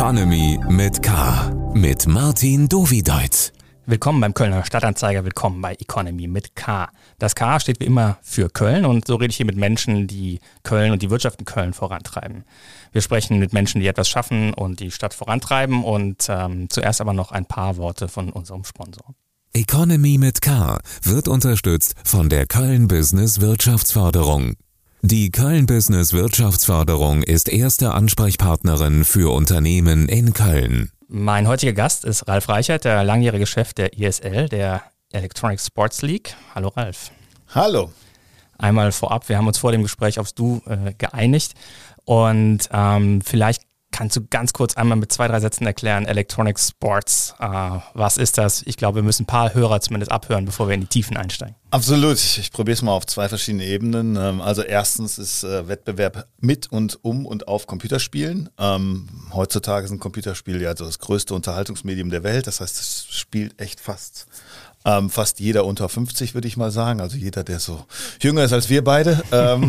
Economy mit K. Mit Martin Dovideit. Willkommen beim Kölner Stadtanzeiger, willkommen bei Economy mit K. Das K steht wie immer für Köln und so rede ich hier mit Menschen, die Köln und die Wirtschaft in Köln vorantreiben. Wir sprechen mit Menschen, die etwas schaffen und die Stadt vorantreiben und zuerst aber noch ein paar Worte von unserem Sponsor. Economy mit K wird unterstützt von der Köln Business Wirtschaftsförderung. Die Köln Business Wirtschaftsförderung ist erste Ansprechpartnerin für Unternehmen in Köln. Mein heutiger Gast ist Ralf Reichert, der langjährige Chef der ESL, der Electronic Sports League. Hallo Ralf. Hallo. Einmal vorab, wir haben uns vor dem Gespräch aufs Du geeinigt und vielleicht kannst du ganz kurz einmal mit 2-3 Sätzen erklären, Electronic Sports, was ist das? Ich glaube, wir müssen ein paar Hörer zumindest abhören, bevor wir in die Tiefen einsteigen. Absolut. Ich probiere es mal auf 2 verschiedene Ebenen. Also erstens ist Wettbewerb mit und um und auf Computerspielen. Heutzutage sind Computerspiele ja das größte Unterhaltungsmedium der Welt. Das heißt, es spielt echt fast jeder unter 50, würde ich mal sagen. Also jeder, der so jünger ist als wir beide.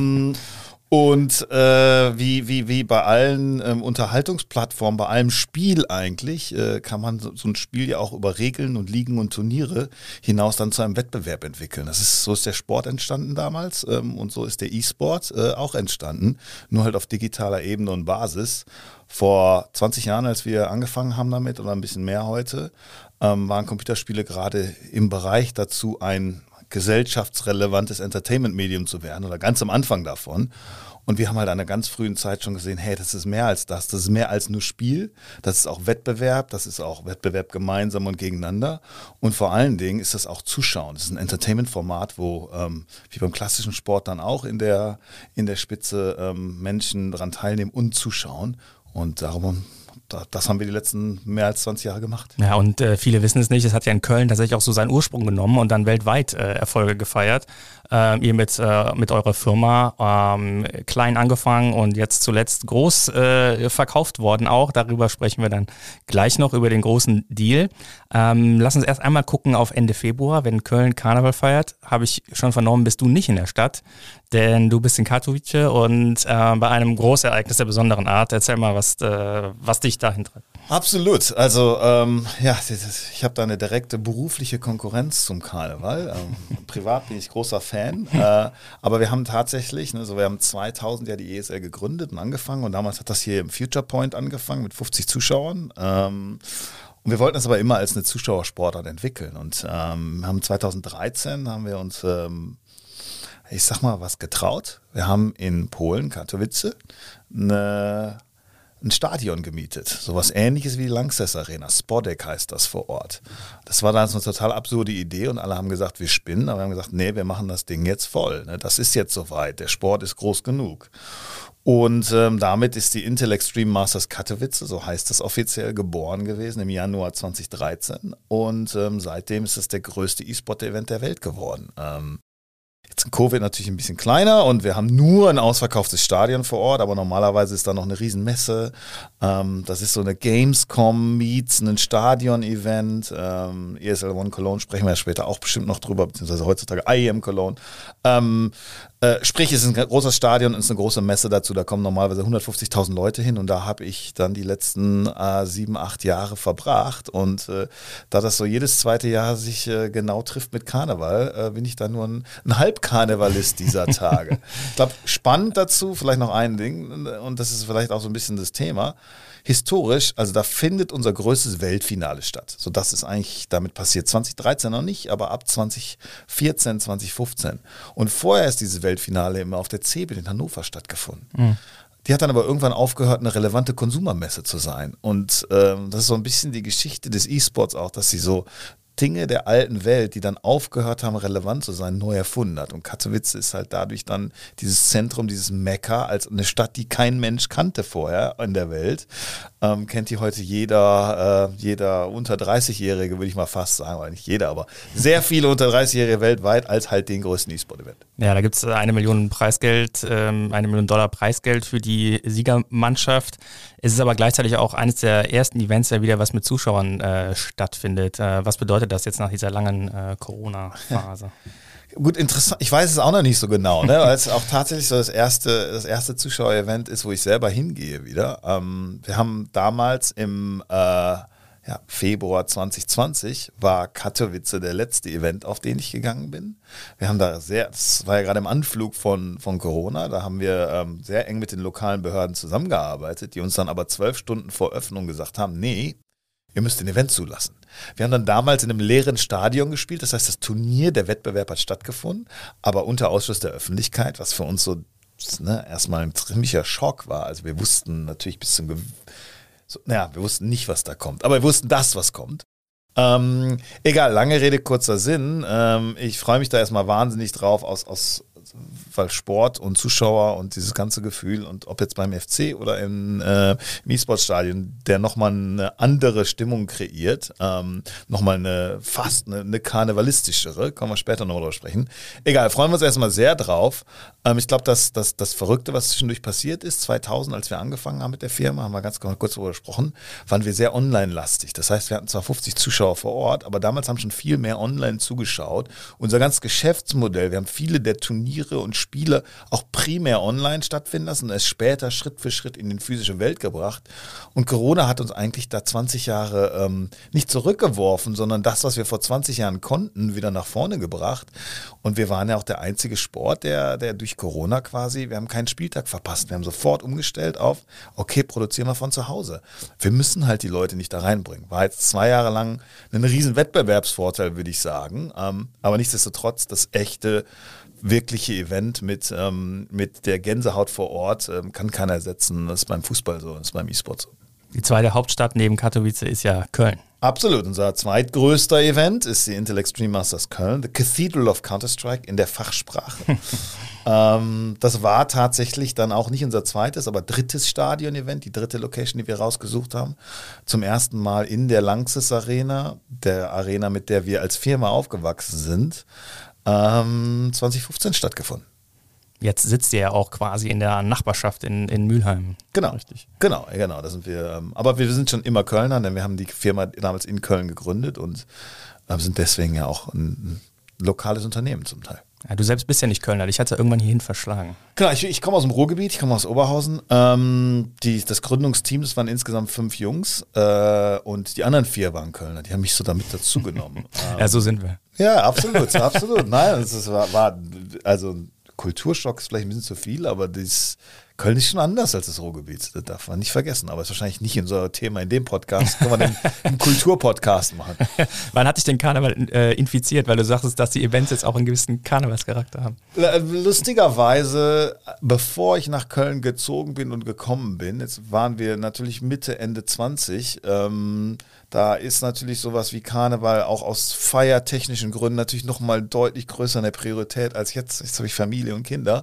Und wie bei allen Unterhaltungsplattformen, bei allem Spiel eigentlich, kann man so ein Spiel ja auch über Regeln und Ligen und Turniere hinaus dann zu einem Wettbewerb entwickeln. So ist der Sport entstanden damals und so ist der E-Sport auch entstanden, nur halt auf digitaler Ebene und Basis. Vor 20 Jahren, als wir angefangen haben damit oder ein bisschen mehr heute, waren Computerspiele gerade im Bereich dazu, ein gesellschaftsrelevantes Entertainment-Medium zu werden oder ganz am Anfang davon. Und wir haben halt an einer ganz frühen Zeit schon gesehen, hey, das ist mehr als das ist mehr als nur Spiel, das ist auch Wettbewerb, das ist auch Wettbewerb gemeinsam und gegeneinander und vor allen Dingen ist das auch Zuschauen. Das ist ein Entertainment-Format, wo wie beim klassischen Sport dann auch in der Spitze Menschen daran teilnehmen und zuschauen und darum das haben wir die letzten mehr als 20 Jahre gemacht. Ja, und viele wissen es nicht, es hat ja in Köln tatsächlich auch so seinen Ursprung genommen und dann weltweit Erfolge gefeiert. Ihr mit eurer Firma klein angefangen und jetzt zuletzt groß verkauft worden auch. Darüber sprechen wir dann gleich noch, über den großen Deal. Lass uns erst einmal gucken auf Ende Februar, wenn Köln Karneval feiert. Habe ich schon vernommen, bist du nicht in der Stadt, denn du bist in Katowice und bei einem Großereignis der besonderen Art. Erzähl mal, was dich dahin treibt. Absolut. Also ich habe da eine direkte berufliche Konkurrenz zum Karneval. Privat bin ich großer Fan, aber wir haben tatsächlich, wir haben 2000 ja die ESL gegründet und angefangen und damals hat das hier im Future Point angefangen mit 50 Zuschauern. Und wir wollten das aber immer als eine Zuschauersportart entwickeln und haben 2013 haben wir uns ich sag mal was getraut. Wir haben in Polen, Katowice, ein Stadion gemietet. Sowas ähnliches wie die Lanxess Arena. Spodek heißt das vor Ort. Das war dann so eine total absurde Idee und alle haben gesagt, wir spinnen, aber wir haben gesagt, nee, wir machen das Ding jetzt voll. Das ist jetzt soweit. Der Sport ist groß genug. Und damit ist die Intel Extreme Masters Katowice, so heißt das offiziell, geboren gewesen im Januar 2013 und seitdem ist es der größte E-Sport-Event der Welt geworden. Jetzt in Covid natürlich ein bisschen kleiner und wir haben nur ein ausverkauftes Stadion vor Ort, aber normalerweise ist da noch eine Riesenmesse. Das ist so eine Gamescom meets ein Stadion-Event. ESL One Cologne sprechen wir ja später auch bestimmt noch drüber, beziehungsweise heutzutage IEM Cologne. Sprich, es ist ein großes Stadion, es ist eine große Messe dazu, da kommen normalerweise 150.000 Leute hin und da habe ich dann die letzten 7-8 Jahre verbracht und da das so jedes zweite Jahr sich genau trifft mit Karneval, bin ich dann nur ein Halbkarnevalist dieser Tage. Ich glaube, spannend dazu, vielleicht noch ein Ding und das ist vielleicht auch so ein bisschen das Thema. Historisch, also da findet unser größtes Weltfinale statt. So, das ist eigentlich damit passiert. 2013 noch nicht, aber ab 2014, 2015. Und vorher ist dieses Weltfinale immer auf der CeBIT in Hannover stattgefunden. Mhm. Die hat dann aber irgendwann aufgehört, eine relevante Konsumermesse zu sein. Und das ist so ein bisschen die Geschichte des E-Sports auch, dass sie so Dinge der alten Welt, die dann aufgehört haben, relevant zu sein, neu erfunden hat. Und Katowice ist halt dadurch dann dieses Zentrum, dieses Mekka, als eine Stadt, die kein Mensch kannte vorher in der Welt. Kennt die heute jeder unter 30-Jährige, würde ich mal fast sagen, oder nicht jeder, aber sehr viele unter 30-Jährige weltweit als halt den größten E-Sport-Event. Ja, da gibt es $1 Million Preisgeld für die Siegermannschaft. Es ist aber gleichzeitig auch eines der ersten Events, der wieder was mit Zuschauern stattfindet. Was bedeutet das jetzt nach dieser langen Corona-Phase? Gut, interessant. Ich weiß es auch noch nicht so genau, ne? Weil es auch tatsächlich so das erste Zuschauerevent ist, wo ich selber hingehe wieder. Wir haben damals im Februar 2020 war Katowice der letzte Event, auf den ich gegangen bin. Wir haben das war ja gerade im Anflug von Corona, da haben wir sehr eng mit den lokalen Behörden zusammengearbeitet, die uns dann aber 12 Stunden vor Öffnung gesagt haben, nee, ihr müsst den Event zulassen. Wir haben dann damals in einem leeren Stadion gespielt, das heißt, das Turnier, der Wettbewerb hat stattgefunden, aber unter Ausschluss der Öffentlichkeit, was für uns so erstmal ein ziemlicher Schock war. Also wir wussten natürlich wir wussten nicht, was da kommt, aber wir wussten das, was kommt. Egal, lange Rede, kurzer Sinn. Ich freue mich da erstmal wahnsinnig drauf, weil Sport und Zuschauer und dieses ganze Gefühl und ob jetzt beim FC oder im E-Sport-Stadion, der nochmal eine andere Stimmung kreiert, nochmal eine karnevalistischere, kommen wir später noch drüber sprechen. Egal, freuen wir uns erstmal sehr drauf. Ich glaube, dass das Verrückte, was zwischendurch passiert ist, 2000, als wir angefangen haben mit der Firma, haben wir ganz kurz darüber gesprochen, waren wir sehr online-lastig. Das heißt, wir hatten zwar 50 Zuschauer vor Ort, aber damals haben schon viel mehr online zugeschaut. Unser ganzes Geschäftsmodell, wir haben viele der Turniere und Spiele auch primär online stattfinden lassen und es später Schritt für Schritt in die physische Welt gebracht. Und Corona hat uns eigentlich da 20 Jahre nicht zurückgeworfen, sondern das, was wir vor 20 Jahren konnten, wieder nach vorne gebracht. Und wir waren ja auch der einzige Sport, der durch Corona quasi, wir haben keinen Spieltag verpasst. Wir haben sofort umgestellt auf, okay, produzieren wir von zu Hause. Wir müssen halt die Leute nicht da reinbringen. War jetzt 2 Jahre lang ein riesen Wettbewerbsvorteil, würde ich sagen. Aber nichtsdestotrotz das echte wirkliche Event mit der Gänsehaut vor Ort kann keiner ersetzen. Das ist beim Fußball so, das ist beim E-Sport so. Die zweite Hauptstadt neben Katowice ist ja Köln. Absolut. Unser zweitgrößter Event ist die Intel Extreme Masters Köln, the Cathedral of Counter-Strike in der Fachsprache. Das war tatsächlich dann auch nicht unser zweites, aber drittes Stadion-Event, die dritte Location, die wir rausgesucht haben. Zum ersten Mal in der Lanxess Arena, der Arena, mit der wir als Firma aufgewachsen sind. 2015 stattgefunden. Jetzt sitzt ihr ja auch quasi in der Nachbarschaft in Mülheim. Genau, richtig. Genau, da sind wir. Aber wir sind schon immer Kölner, denn wir haben die Firma damals in Köln gegründet und sind deswegen ja auch ein lokales Unternehmen zum Teil. Ja, du selbst bist ja nicht Kölner, dich hat ja irgendwann hierhin verschlagen. Genau, ich komme aus dem Ruhrgebiet, ich komme aus Oberhausen. Das Gründungsteam, das waren insgesamt 5 Jungs und die anderen 4 waren Kölner, die haben mich so damit dazu genommen. Ja, so sind wir. Ja, absolut. Nein, war also Kulturschock ist vielleicht ein bisschen zu viel, aber Köln ist schon anders als das Ruhrgebiet. Das darf man nicht vergessen. Aber ist wahrscheinlich nicht unser Thema in dem Podcast. Können wir einen Kulturpodcast machen. Wann hat dich denn Karneval infiziert? Weil du sagtest, dass die Events jetzt auch einen gewissen Karnevalscharakter haben. Lustigerweise, bevor ich nach Köln gezogen bin und gekommen bin, jetzt waren wir natürlich Mitte, Ende 20, da ist natürlich sowas wie Karneval auch aus feiertechnischen Gründen natürlich nochmal deutlich größer in der Priorität als jetzt. Jetzt habe ich Familie und Kinder.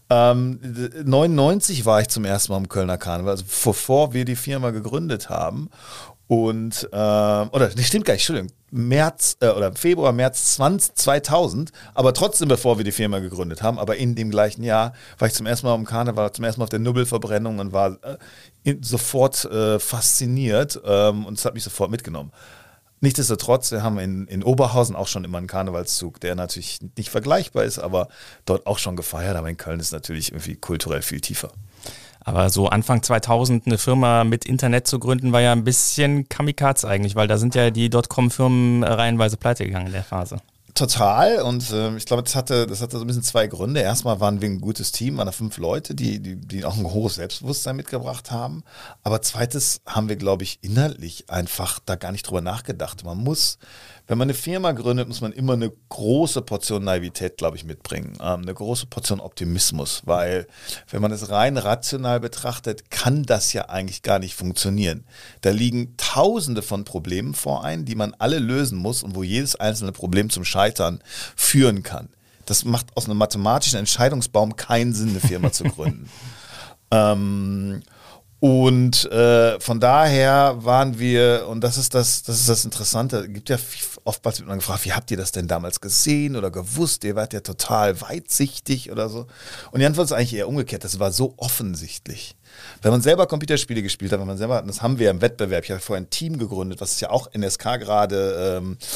99 war ich zum ersten Mal im Kölner Karneval, also bevor wir die Firma gegründet haben. Und, stimmt gar nicht, Entschuldigung, Februar, März 2000, aber trotzdem bevor wir die Firma gegründet haben, aber in dem gleichen Jahr war ich zum ersten Mal im Karneval, zum ersten Mal auf der Nubbelverbrennung und war sofort fasziniert und es hat mich sofort mitgenommen. Nichtsdestotrotz, wir haben in Oberhausen auch schon immer einen Karnevalszug, der natürlich nicht vergleichbar ist, aber dort auch schon gefeiert, aber in Köln ist natürlich irgendwie kulturell viel tiefer. Aber so Anfang 2000 eine Firma mit Internet zu gründen, war ja ein bisschen Kamikaze eigentlich, weil da sind ja die Dotcom-Firmen reihenweise pleite gegangen in der Phase. Total und ich glaube, das hatte so ein bisschen 2 Gründe. Erstmal waren wir ein gutes Team, waren da 5 Leute, die auch ein hohes Selbstbewusstsein mitgebracht haben. Aber zweites haben wir, glaube ich, inhaltlich einfach da gar nicht drüber nachgedacht. Wenn man eine Firma gründet, muss man immer eine große Portion Naivität, glaube ich, mitbringen. Eine große Portion Optimismus, weil wenn man es rein rational betrachtet, kann das ja eigentlich gar nicht funktionieren. Da liegen Tausende von Problemen vor einem, die man alle lösen muss und wo jedes einzelne Problem zum Scheitern führen kann. Das macht aus einem mathematischen Entscheidungsbaum keinen Sinn, eine Firma zu gründen. Und von daher waren wir, und das ist das Interessante, gibt ja oftmals wird man gefragt, wie habt ihr das denn damals gesehen oder gewusst? Ihr wart ja total weitsichtig oder so. Und die Antwort ist eigentlich eher umgekehrt, das war so offensichtlich. Wenn man selber Computerspiele gespielt hat, das haben wir im Wettbewerb, ich habe vorher ein Team gegründet, was ja auch NSK gerade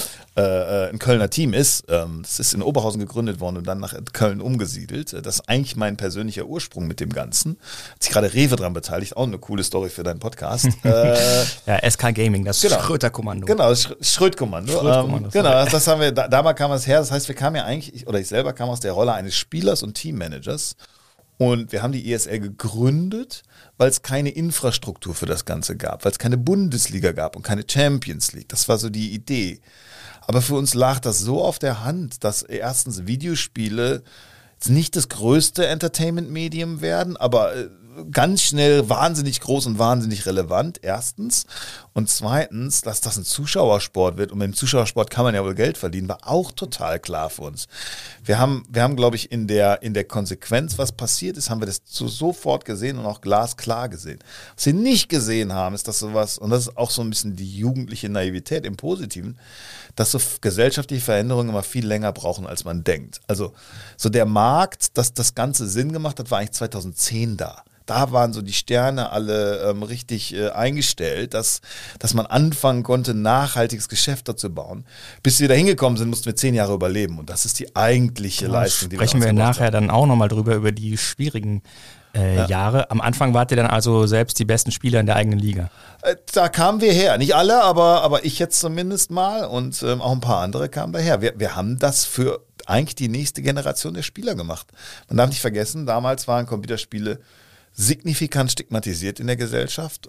ein Kölner Team ist. Das ist in Oberhausen gegründet worden und dann nach Köln umgesiedelt. Das ist eigentlich mein persönlicher Ursprung mit dem Ganzen. Hat sich gerade Rewe dran beteiligt, auch eine coole Story für deinen Podcast. Ja, SK Gaming, das Schröter-Kommando. Genau, das Schröt-Kommando. Genau, das haben wir, damals kam es her, das heißt, wir kamen ja eigentlich, oder ich selber kam aus der Rolle eines Spielers und Teammanagers. Und wir haben die ESL gegründet, weil es keine Infrastruktur für das Ganze gab, weil es keine Bundesliga gab und keine Champions League. Das war so die Idee. Aber für uns lag das so auf der Hand, dass erstens Videospiele jetzt nicht das größte Entertainment-Medium werden, aber ganz schnell wahnsinnig groß und wahnsinnig relevant, erstens. Und zweitens, dass das ein Zuschauersport wird. Und mit dem Zuschauersport kann man ja wohl Geld verdienen, war auch total klar für uns. Wir haben glaube ich, in der Konsequenz, was passiert ist, haben wir das sofort gesehen und auch glasklar gesehen. Was wir nicht gesehen haben, ist, dass sowas, und das ist auch so ein bisschen die jugendliche Naivität im Positiven, dass so gesellschaftliche Veränderungen immer viel länger brauchen, als man denkt. Also so der Markt, dass das Ganze Sinn gemacht hat, war eigentlich 2010 da. Da waren so die Sterne alle richtig eingestellt, dass man anfangen konnte, ein nachhaltiges Geschäft dazu bauen. Bis wir da hingekommen sind, mussten wir 10 Jahre überleben. Und das ist die eigentliche Leistung, die wir sprechen wir nachher dann auch nochmal drüber, über die schwierigen Jahre. Am Anfang wart ihr dann also selbst die besten Spieler in der eigenen Liga. Da kamen wir her. Nicht alle, aber ich jetzt zumindest mal und auch ein paar andere kamen daher. Wir haben das für eigentlich die nächste Generation der Spieler gemacht. Man darf nicht vergessen, damals waren Computerspiele signifikant stigmatisiert in der Gesellschaft.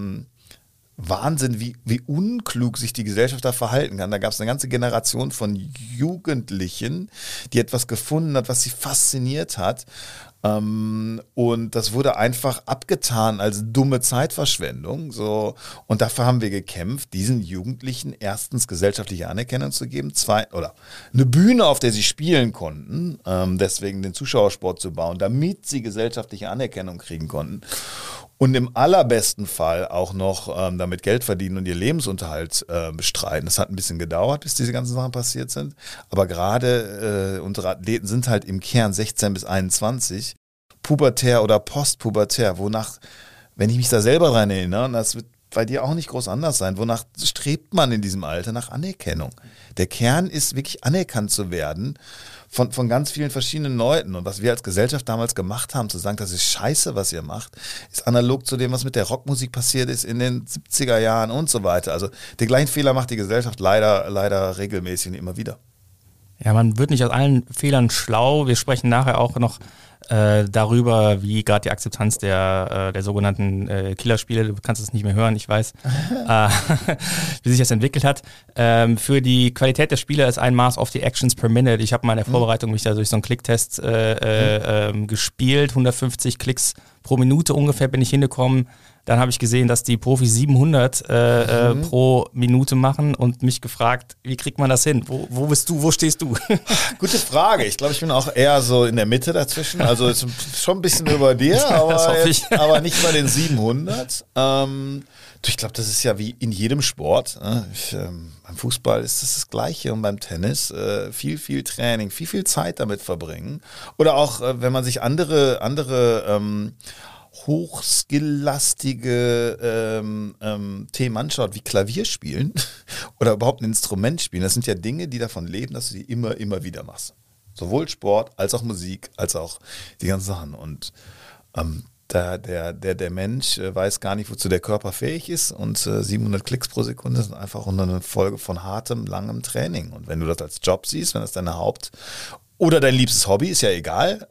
Wahnsinn, wie unklug sich die Gesellschaft da verhalten kann. Da gab es eine ganze Generation von Jugendlichen, die etwas gefunden hat, was sie fasziniert hat. Und das wurde einfach abgetan als dumme Zeitverschwendung. So. Und dafür haben wir gekämpft, diesen Jugendlichen erstens gesellschaftliche Anerkennung zu geben, oder eine Bühne, auf der sie spielen konnten, deswegen den Zuschauersport zu bauen, damit sie gesellschaftliche Anerkennung kriegen konnten. Und im allerbesten Fall auch noch damit Geld verdienen und ihr Lebensunterhalt bestreiten. Das hat ein bisschen gedauert, bis diese ganzen Sachen passiert sind. Aber gerade unsere Athleten sind halt im Kern 16 bis 21, pubertär oder postpubertär, wonach, wenn ich mich da selber dran erinnere, und das wird bei dir auch nicht groß anders sein, wonach strebt man in diesem Alter? Nach Anerkennung. Der Kern ist wirklich anerkannt zu werden von ganz vielen verschiedenen Leuten. Und was wir als Gesellschaft damals gemacht haben, zu sagen, das ist scheiße, was ihr macht, ist analog zu dem, was mit der Rockmusik passiert ist in den 70er Jahren und so weiter. Also den gleichen Fehler macht die Gesellschaft leider regelmäßig und immer wieder. Ja, man wird nicht aus allen Fehlern schlau. Wir sprechen nachher auch noch darüber, wie gerade die Akzeptanz der sogenannten Killerspiele, du kannst es nicht mehr hören, ich weiß, wie sich das entwickelt hat. Für die Qualität der Spiele ist ein Maß of the Actions per Minute. Ich habe mal in der Vorbereitung mich da durch so einen Klicktest gespielt, 150 Klicks pro Minute ungefähr bin ich hingekommen. Dann habe ich gesehen, dass die Profis 700 pro Minute machen und mich gefragt, wie kriegt man das hin? Wo bist du? Wo stehst du? Gute Frage. Ich glaube, ich bin auch eher so in der Mitte dazwischen. Also schon ein bisschen über dir, aber nicht bei den 700. Ich glaube, das ist ja wie in jedem Sport. Beim Fußball ist das Gleiche und beim Tennis viel Training, viel Zeit damit verbringen. Oder auch, wenn man sich andere hochskilllastige Themen anschaut, wie Klavierspielen oder überhaupt ein Instrument spielen. Das sind ja Dinge, die davon leben, dass du die immer wieder machst. Sowohl Sport, als auch Musik, als auch die ganzen Sachen. Und der Mensch weiß gar nicht, wozu der Körper fähig ist. Und 700 Klicks pro Sekunde sind einfach eine Folge von hartem, langem Training. Und wenn du das als Job siehst, wenn das deine oder dein liebstes Hobby, ist ja egal,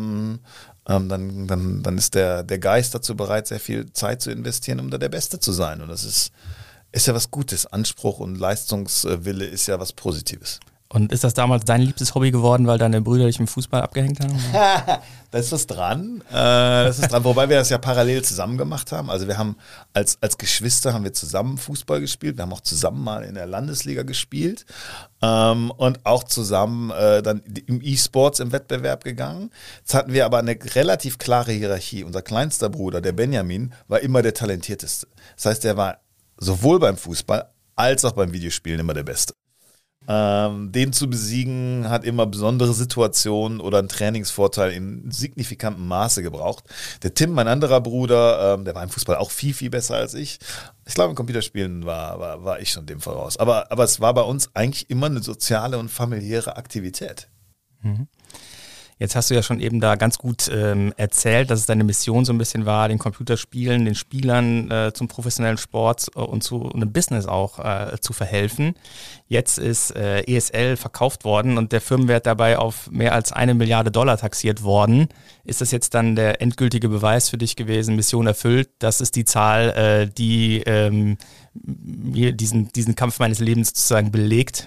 dann ist der Geist dazu bereit, sehr viel Zeit zu investieren, um da der Beste zu sein. Und das ist ja was Gutes. Anspruch und Leistungswille ist ja was Positives. Und ist das damals dein liebstes Hobby geworden, weil deine Brüder dich im Fußball abgehängt haben? Da ist was dran. Wobei wir das ja parallel zusammen gemacht haben. Also wir haben als Geschwister haben wir zusammen Fußball gespielt. Wir haben auch zusammen mal in der Landesliga gespielt und auch zusammen dann im E-Sports im Wettbewerb gegangen. Jetzt hatten wir aber eine relativ klare Hierarchie. Unser kleinster Bruder, der Benjamin, war immer der Talentierteste. Das heißt, er war sowohl beim Fußball als auch beim Videospielen immer der Beste. Den zu besiegen hat immer besondere Situationen oder einen Trainingsvorteil in signifikantem Maße gebraucht. Der Tim, mein anderer Bruder, der war im Fußball auch viel, viel besser als ich. Ich glaube, im Computerspielen war ich schon dem voraus. Aber es war bei uns eigentlich immer eine soziale und familiäre Aktivität. Mhm. Jetzt hast du ja schon eben da ganz gut erzählt, dass es deine Mission so ein bisschen war, den Computerspielen, den Spielern zum professionellen Sport und zu einem Business auch zu verhelfen. Jetzt ist ESL verkauft worden und der Firmenwert dabei auf mehr als $1 Milliarde taxiert worden. Ist das jetzt dann der endgültige Beweis für dich gewesen, Mission erfüllt? Das ist die Zahl, die mir diesen Kampf meines Lebens sozusagen belegt?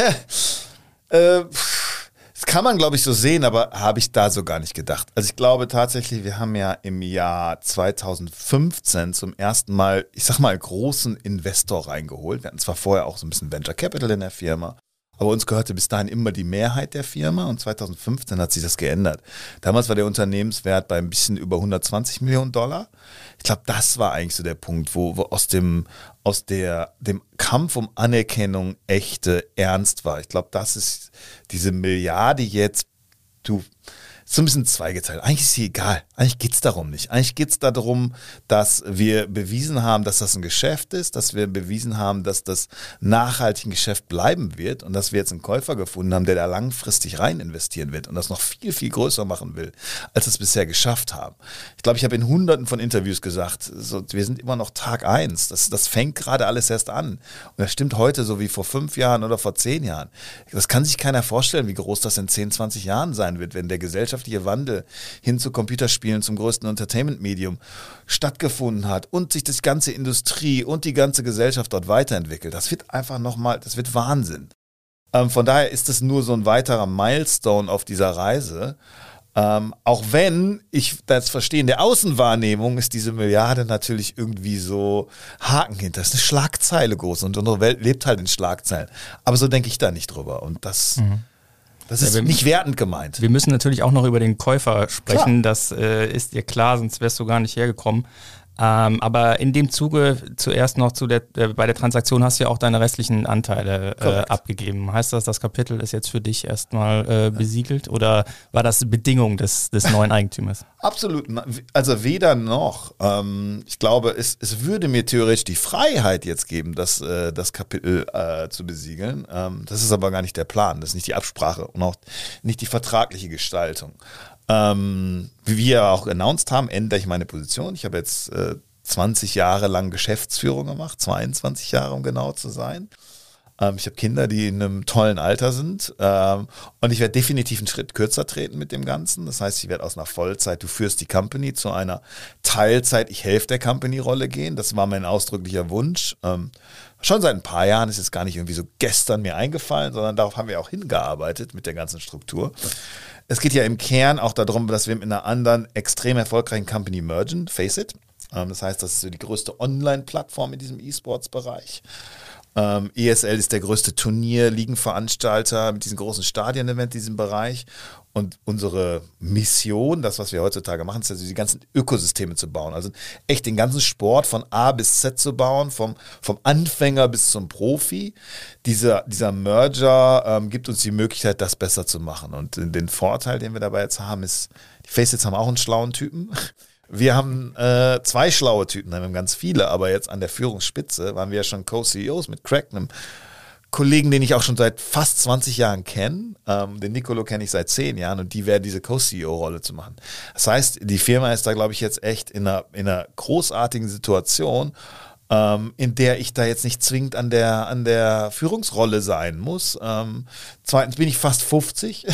Das kann man, glaube ich, so sehen, aber habe ich da so gar nicht gedacht. Also ich glaube tatsächlich, wir haben ja im Jahr 2015 zum ersten Mal, ich sag mal, großen Investor reingeholt. Wir hatten zwar vorher auch so ein bisschen Venture Capital in der Firma, aber uns gehörte bis dahin immer die Mehrheit der Firma und 2015 hat sich das geändert. Damals war der Unternehmenswert bei ein bisschen über $120 Millionen. Ich glaube, das war eigentlich so der Punkt, wo aus dem Kampf um Anerkennung echte Ernst war. Ich glaube, das ist diese Milliarde jetzt, so ein bisschen zweigeteilt. Eigentlich ist sie egal. Eigentlich geht es darum nicht. Eigentlich geht es darum, dass wir bewiesen haben, dass das ein Geschäft ist, dass wir bewiesen haben, dass das nachhaltig ein Geschäft bleiben wird und dass wir jetzt einen Käufer gefunden haben, der da langfristig rein investieren wird und das noch viel, viel größer machen will, als wir es bisher geschafft haben. Ich glaube, ich habe in Hunderten von Interviews gesagt, wir sind immer noch Tag 1. Das fängt gerade alles erst an. Und das stimmt heute so wie vor 5 Jahren oder vor 10 Jahren. Das kann sich keiner vorstellen, wie groß das in 10, 20 Jahren sein wird, wenn der gesellschaftliche Wandel hin zu Computerspielen, zum größten Entertainment-Medium stattgefunden hat und sich das ganze Industrie und die ganze Gesellschaft dort weiterentwickelt. Das wird einfach nochmal, das wird Wahnsinn. Von daher ist es nur so ein weiterer Milestone auf dieser Reise. Auch wenn ich das verstehe, in der Außenwahrnehmung ist diese Milliarde natürlich irgendwie so Haken hinter. Das ist eine Schlagzeile groß und unsere Welt lebt halt in Schlagzeilen. Aber so denke ich da nicht drüber und das ist nicht wertend gemeint. Wir müssen natürlich auch noch über den Käufer sprechen, klar. Das ist dir klar, sonst wärst du gar nicht hergekommen. Aber in dem Zuge zuerst noch bei der Transaktion hast du ja auch deine restlichen Anteile abgegeben. Heißt das Kapitel ist jetzt für dich erstmal besiegelt oder war das Bedingung des neuen Eigentümers? Absolut, also weder noch. Ich glaube, es würde mir theoretisch die Freiheit jetzt geben, das Kapitel zu besiegeln. Das ist aber gar nicht der Plan, das ist nicht die Absprache und auch nicht die vertragliche Gestaltung. Wie wir auch announced haben, ändere ich meine Position. Ich habe jetzt 20 Jahre lang Geschäftsführung gemacht, 22 Jahre, um genau zu sein. Ich habe Kinder, die in einem tollen Alter sind und ich werde definitiv einen Schritt kürzer treten mit dem Ganzen. Das heißt, ich werde aus einer Vollzeit, du führst die Company, zu einer Teilzeit, ich helfe der Company-Rolle gehen. Das war mein ausdrücklicher Wunsch. Schon seit ein paar Jahren, ist jetzt gar nicht irgendwie so gestern mir eingefallen, sondern darauf haben wir auch hingearbeitet mit der ganzen Struktur. Es geht ja im Kern auch darum, dass wir mit einer anderen extrem erfolgreichen Company mergen, Faceit. Das heißt, das ist so die größte Online-Plattform in diesem E-Sports-Bereich. ESL ist der größte Turnier-Ligenveranstalter mit diesen großen Stadien-Event in diesem Bereich. Und unsere Mission, das, was wir heutzutage machen, ist also die ganzen Ökosysteme zu bauen. Also echt den ganzen Sport von A bis Z zu bauen, vom Anfänger bis zum Profi. Dieser Merger gibt uns die Möglichkeit, das besser zu machen. Und den Vorteil, den wir dabei jetzt haben, ist, die Faceits haben auch einen schlauen Typen. Wir haben 2 schlaue Typen, wir haben ganz viele, aber jetzt an der Führungsspitze waren wir ja schon Co-CEOs mit Craig, einem Kollegen, den ich auch schon seit fast 20 Jahren kenne. Den Nicolo kenne ich seit 10 Jahren und die werden diese Co-CEO-Rolle zu machen. Das heißt, die Firma ist da, glaube ich, jetzt echt in einer großartigen Situation, in der ich da jetzt nicht zwingend an der Führungsrolle sein muss. Zweitens bin ich fast 50.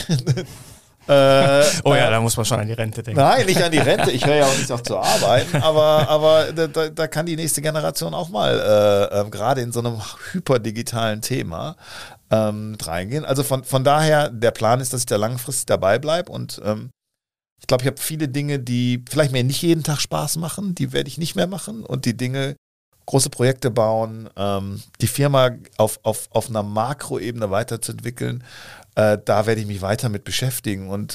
Da muss man schon an die Rente denken. Nein, nicht an die Rente. Ich höre ja auch nicht auf zu arbeiten, aber da kann die nächste Generation auch mal, gerade in so einem hyperdigitalen Thema, mit reingehen. Also von daher, der Plan ist, dass ich da langfristig dabei bleibe und ich glaube, ich habe viele Dinge, die vielleicht mir nicht jeden Tag Spaß machen, die werde ich nicht mehr machen und die Dinge, große Projekte bauen, die Firma auf einer Makroebene weiterzuentwickeln, da werde ich mich weiter mit beschäftigen und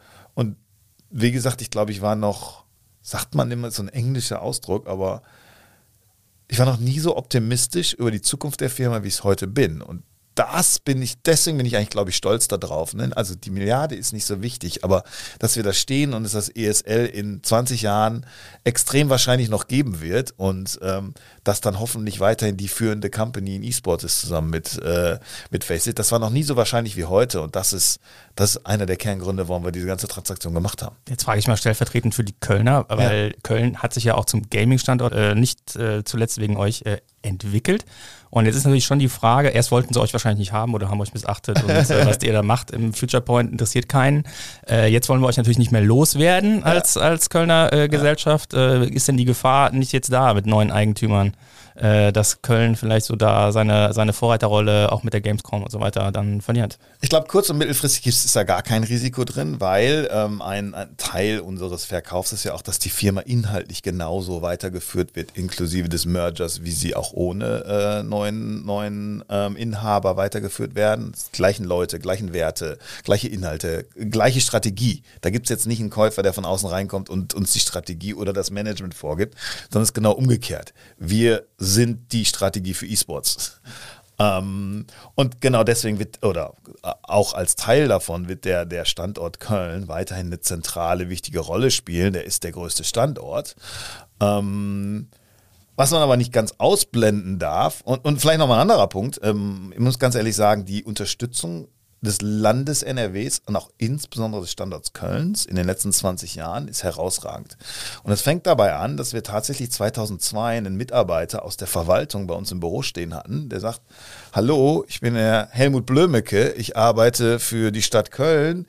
wie gesagt, ich glaube, ich war noch, sagt man immer so ein englischer Ausdruck, aber ich war noch nie so optimistisch über die Zukunft der Firma, wie ich es heute bin und deswegen bin ich eigentlich, glaube ich, stolz darauf. Ne? Also die Milliarde ist nicht so wichtig, aber dass wir da stehen und es das ESL in 20 Jahren extrem wahrscheinlich noch geben wird und dass dann hoffentlich weiterhin die führende Company in E-Sport ist zusammen mit Faceit, das war noch nie so wahrscheinlich wie heute und das ist einer der Kerngründe, warum wir diese ganze Transaktion gemacht haben. Jetzt frage ich mal stellvertretend für die Kölner, weil Köln hat sich ja auch zum Gaming-Standort nicht zuletzt wegen euch entwickelt. Und jetzt ist natürlich schon die Frage, erst wollten sie euch wahrscheinlich nicht haben oder haben euch missachtet und was ihr da macht im Future Point interessiert keinen. Jetzt wollen wir euch natürlich nicht mehr loswerden als Kölner Gesellschaft. Ist denn die Gefahr nicht jetzt da mit neuen Eigentümern, dass Köln vielleicht so da seine Vorreiterrolle auch mit der Gamescom und so weiter dann verliert? Ich glaube, kurz- und mittelfristig ist da gar kein Risiko drin, weil ein Teil unseres Verkaufs ist ja auch, dass die Firma inhaltlich genauso weitergeführt wird, inklusive des Mergers, wie sie auch ohne neuen Inhaber weitergeführt werden. Gleichen Leute, gleichen Werte, gleiche Inhalte, gleiche Strategie. Da gibt es jetzt nicht einen Käufer, der von außen reinkommt und uns die Strategie oder das Management vorgibt, sondern es ist genau umgekehrt. Wir sind die Strategie für E-Sports. Und genau deswegen oder auch als Teil davon wird der Standort Köln weiterhin eine zentrale, wichtige Rolle spielen. Der ist der größte Standort. Was man aber nicht ganz ausblenden darf, und vielleicht nochmal ein anderer Punkt, ich muss ganz ehrlich sagen, die Unterstützung des Landes NRWs und auch insbesondere des Standorts Kölns in den letzten 20 Jahren ist herausragend. Und es fängt dabei an, dass wir tatsächlich 2002 einen Mitarbeiter aus der Verwaltung bei uns im Büro stehen hatten, der sagt, hallo, ich bin der Helmut Blömecke, ich arbeite für die Stadt Köln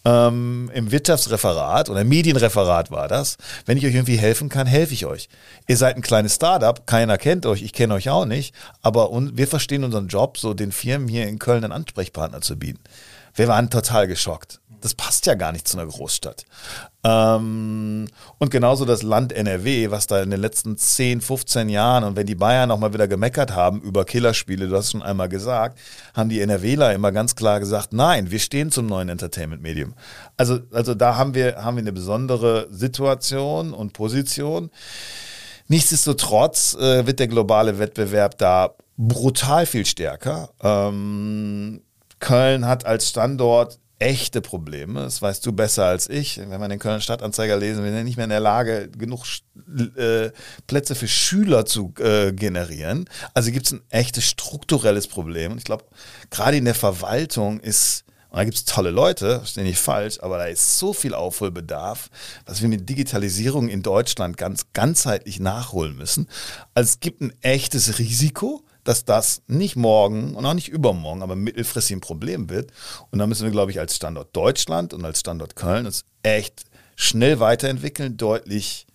im Wirtschaftsreferat oder Medienreferat war das. Wenn ich euch irgendwie helfen kann, helfe ich euch. Ihr seid ein kleines Startup, keiner kennt euch, ich kenne euch auch nicht, aber wir verstehen unseren Job, so den Firmen hier in Köln einen Ansprechpartner zu bieten. Wir waren total geschockt. Das passt ja gar nicht zu einer Großstadt. Und genauso das Land NRW, was da in den letzten 10, 15 Jahren, und wenn die Bayern auch mal wieder gemeckert haben über Killerspiele, du hast es schon einmal gesagt, haben die NRWler immer ganz klar gesagt, nein, wir stehen zum neuen Entertainment-Medium. Also da haben wir eine besondere Situation und Position. Nichtsdestotrotz wird der globale Wettbewerb da brutal viel stärker. Köln hat als Standort echte Probleme, das weißt du besser als ich. Wenn wir den Kölner Stadtanzeiger lesen, wir sind nicht mehr in der Lage, genug Plätze für Schüler zu generieren. Also gibt es ein echtes strukturelles Problem. Und ich glaube, gerade in der Verwaltung und da gibt es tolle Leute, verstehe nicht falsch, aber da ist so viel Aufholbedarf, was wir mit Digitalisierung in Deutschland ganzheitlich nachholen müssen. Also es gibt ein echtes Risiko, dass das nicht morgen und auch nicht übermorgen, aber mittelfristig ein Problem wird. Und da müssen wir, glaube ich, als Standort Deutschland und als Standort Köln uns echt schnell weiterentwickeln, deutlich,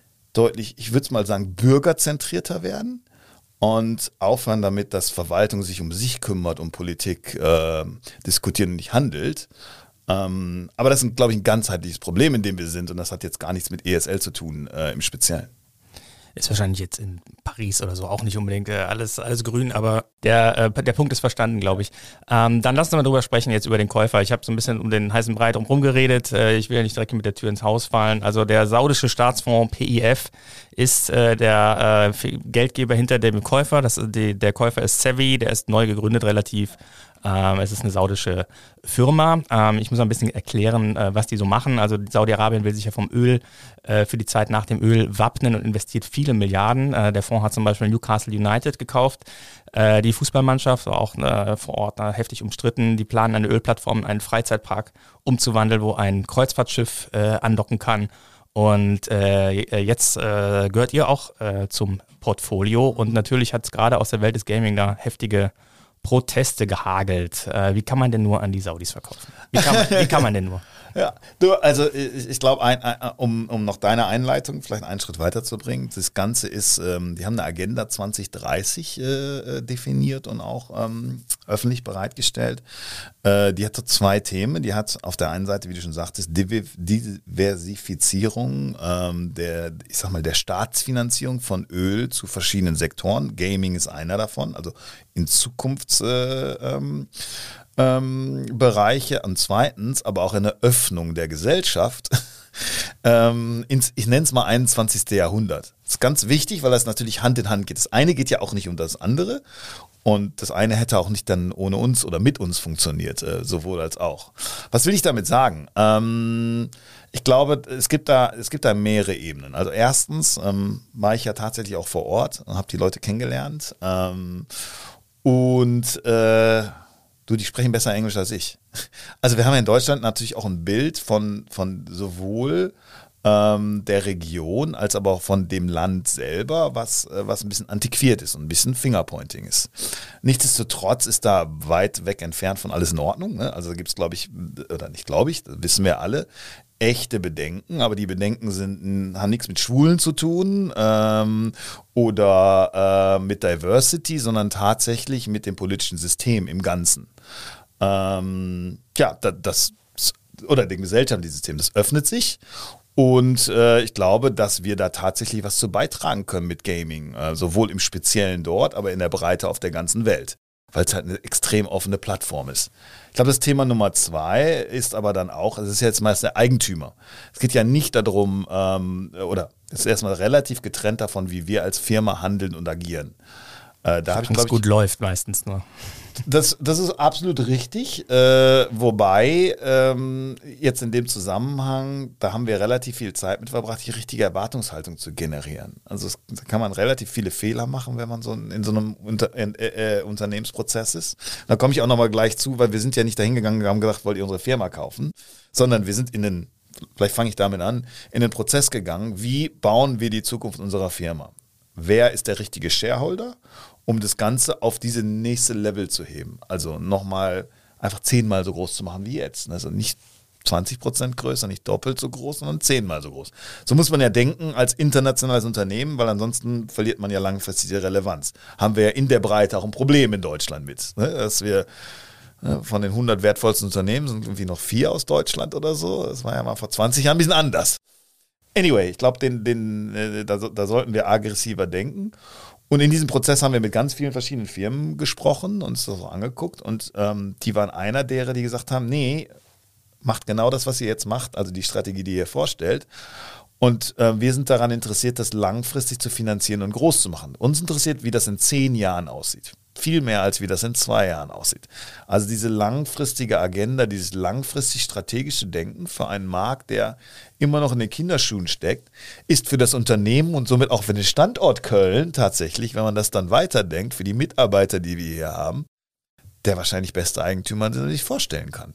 ich würde es mal sagen, bürgerzentrierter werden und aufhören damit, dass Verwaltung sich um sich kümmert, um Politik diskutiert und nicht handelt. Aber das ist, glaube ich, ein ganzheitliches Problem, in dem wir sind. Und das hat jetzt gar nichts mit ESL zu tun im Speziellen. Ist wahrscheinlich jetzt in Paris oder so auch nicht unbedingt alles grün, aber der Punkt ist verstanden, glaube ich. Dann lassen wir mal drüber sprechen jetzt über den Käufer. Ich habe so ein bisschen um den heißen Brei drum geredet. Ich will ja nicht direkt mit der Tür ins Haus fallen. Also der saudische Staatsfonds PIF ist der Geldgeber hinter dem Käufer. Der Käufer ist Savvy, der ist neu gegründet relativ. Es ist eine saudische Firma. Ich muss ein bisschen erklären, was die so machen. Also Saudi-Arabien will sich ja vom Öl für die Zeit nach dem Öl wappnen und investiert viele Milliarden. Der Fonds hat zum Beispiel Newcastle United gekauft. Die Fußballmannschaft war auch vor Ort heftig umstritten. Die planen eine Ölplattform in einen Freizeitpark umzuwandeln, wo ein Kreuzfahrtschiff andocken kann. Und jetzt gehört ihr auch zum Portfolio. Und natürlich hat es gerade aus der Welt des Gaming da heftige Proteste gehagelt. Wie kann man denn nur an die Saudis verkaufen? Wie kann man denn nur? Ja, also ich glaube, um noch deine Einleitung vielleicht einen Schritt weiterzubringen, das Ganze ist, die haben eine Agenda 2030 definiert und auch öffentlich bereitgestellt. Die hat so zwei Themen. Die hat auf der einen Seite, wie du schon sagtest, Diversifizierung der Staatsfinanzierung von Öl zu verschiedenen Sektoren. Gaming ist einer davon, also in Zukunftsbereiche. Und zweitens aber auch eine Öffnung der Gesellschaft ich nenne es mal 21. Jahrhundert. Das ist ganz wichtig, weil das natürlich Hand in Hand geht. Das eine geht ja auch nicht um das andere und das eine hätte auch nicht dann ohne uns oder mit uns funktioniert, sowohl als auch. Was will ich damit sagen? Ich glaube, es gibt da mehrere Ebenen. Also erstens war ich ja tatsächlich auch vor Ort und habe die Leute kennengelernt die sprechen besser Englisch als ich. Also wir haben ja in Deutschland natürlich auch ein Bild von sowohl der Region als aber auch von dem Land selber, was ein bisschen antiquiert ist und ein bisschen Fingerpointing ist. Nichtsdestotrotz ist da weit weg entfernt von alles in Ordnung. Ne? Also da gibt es, das wissen wir alle, echte Bedenken, aber die Bedenken haben nichts mit Schwulen zu tun oder mit Diversity, sondern tatsächlich mit dem politischen System im Ganzen. Oder dem gesellschaftlichen System. Das öffnet sich und ich glaube, dass wir da tatsächlich was zu beitragen können mit Gaming, sowohl im Speziellen dort, aber in der Breite auf der ganzen Welt. Weil es halt eine extrem offene Plattform ist. Ich glaube, das Thema Nummer 2 ist aber dann auch, es ist jetzt meist der Eigentümer. Es geht ja nicht darum, es ist erstmal relativ getrennt davon, wie wir als Firma handeln und agieren. Gut läuft meistens nur. Das ist absolut richtig, wobei jetzt in dem Zusammenhang, da haben wir relativ viel Zeit mit verbracht, die richtige Erwartungshaltung zu generieren. Also da kann man relativ viele Fehler machen, wenn man in so einem Unternehmensprozess ist. Da komme ich auch nochmal gleich zu, weil wir sind ja nicht dahin gegangen und haben gesagt, wollt ihr unsere Firma kaufen, sondern wir sind vielleicht fange ich damit an, in den Prozess gegangen, wie bauen wir die Zukunft unserer Firma? Wer ist der richtige Shareholder, um das Ganze auf diese nächste Level zu heben? Also nochmal einfach 10-mal so groß zu machen wie jetzt. Also nicht 20% größer, nicht doppelt so groß, sondern 10-mal so groß. So muss man ja denken als internationales Unternehmen, weil ansonsten verliert man ja langfristig die Relevanz. Haben wir ja in der Breite auch ein Problem in Deutschland mit, ne? Dass wir von den 100 wertvollsten Unternehmen sind irgendwie noch 4 aus Deutschland oder so. Das war ja mal vor 20 Jahren ein bisschen anders. Anyway, ich glaube, da sollten wir aggressiver denken. Und in diesem Prozess haben wir mit ganz vielen verschiedenen Firmen gesprochen und uns das auch angeguckt. Und die waren einer derer, die gesagt haben, nee, macht genau das, was ihr jetzt macht, also die Strategie, die ihr vorstellt. Und wir sind daran interessiert, das langfristig zu finanzieren und groß zu machen. Uns interessiert, wie das in 10 Jahren aussieht. Viel mehr, als wie das in 2 Jahren aussieht. Also diese langfristige Agenda, dieses langfristig strategische Denken für einen Markt, der immer noch in den Kinderschuhen steckt, ist für das Unternehmen und somit auch für den Standort Köln tatsächlich, wenn man das dann weiterdenkt, für die Mitarbeiter, die wir hier haben, der wahrscheinlich beste Eigentümer, den man sich vorstellen kann.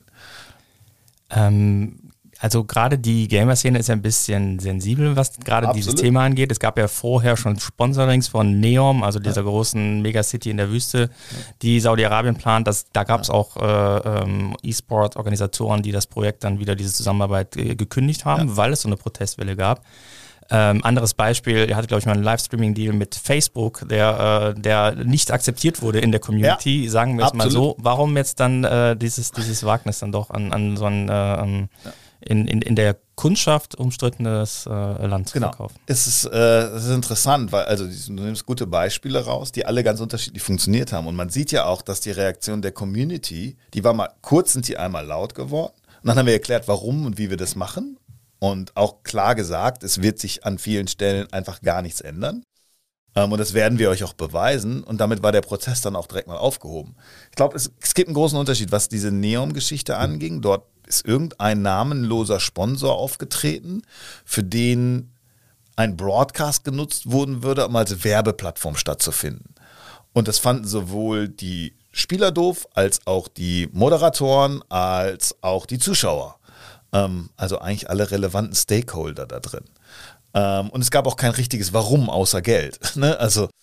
Also gerade die Gamer-Szene ist ja ein bisschen sensibel, was gerade dieses Thema angeht. Es gab ja vorher schon Sponsorings von Neom, also dieser großen Megacity in der Wüste, die Saudi-Arabien plant. Da gab es auch E-Sport-Organisatoren, die das Projekt dann wieder, diese Zusammenarbeit gekündigt haben, weil es so eine Protestwelle gab. Anderes Beispiel, er hatte, glaube ich, mal einen Livestreaming-Deal mit Facebook, der nicht akzeptiert wurde in der Community, sagen wir es mal so. Warum jetzt dann dieses Wagnis dann doch an so ein in der Kundschaft umstrittenes Land zu verkaufen? Es ist interessant, weil du nimmst gute Beispiele raus, die alle ganz unterschiedlich funktioniert haben. Und man sieht ja auch, dass die Reaktion der Community, sind die einmal laut geworden. Und dann haben wir erklärt, warum und wie wir das machen. Und auch klar gesagt, es wird sich an vielen Stellen einfach gar nichts ändern. Und das werden wir euch auch beweisen. Und damit war der Prozess dann auch direkt mal aufgehoben. Ich glaube, es gibt einen großen Unterschied, was diese Neom-Geschichte anging. Dort ist irgendein namenloser Sponsor aufgetreten, für den ein Broadcast genutzt worden würde, um als Werbeplattform stattzufinden. Und das fanden sowohl die Spieler doof, als auch die Moderatoren, als auch die Zuschauer. Also eigentlich alle relevanten Stakeholder da drin. Und es gab auch kein richtiges Warum außer Geld. Ne?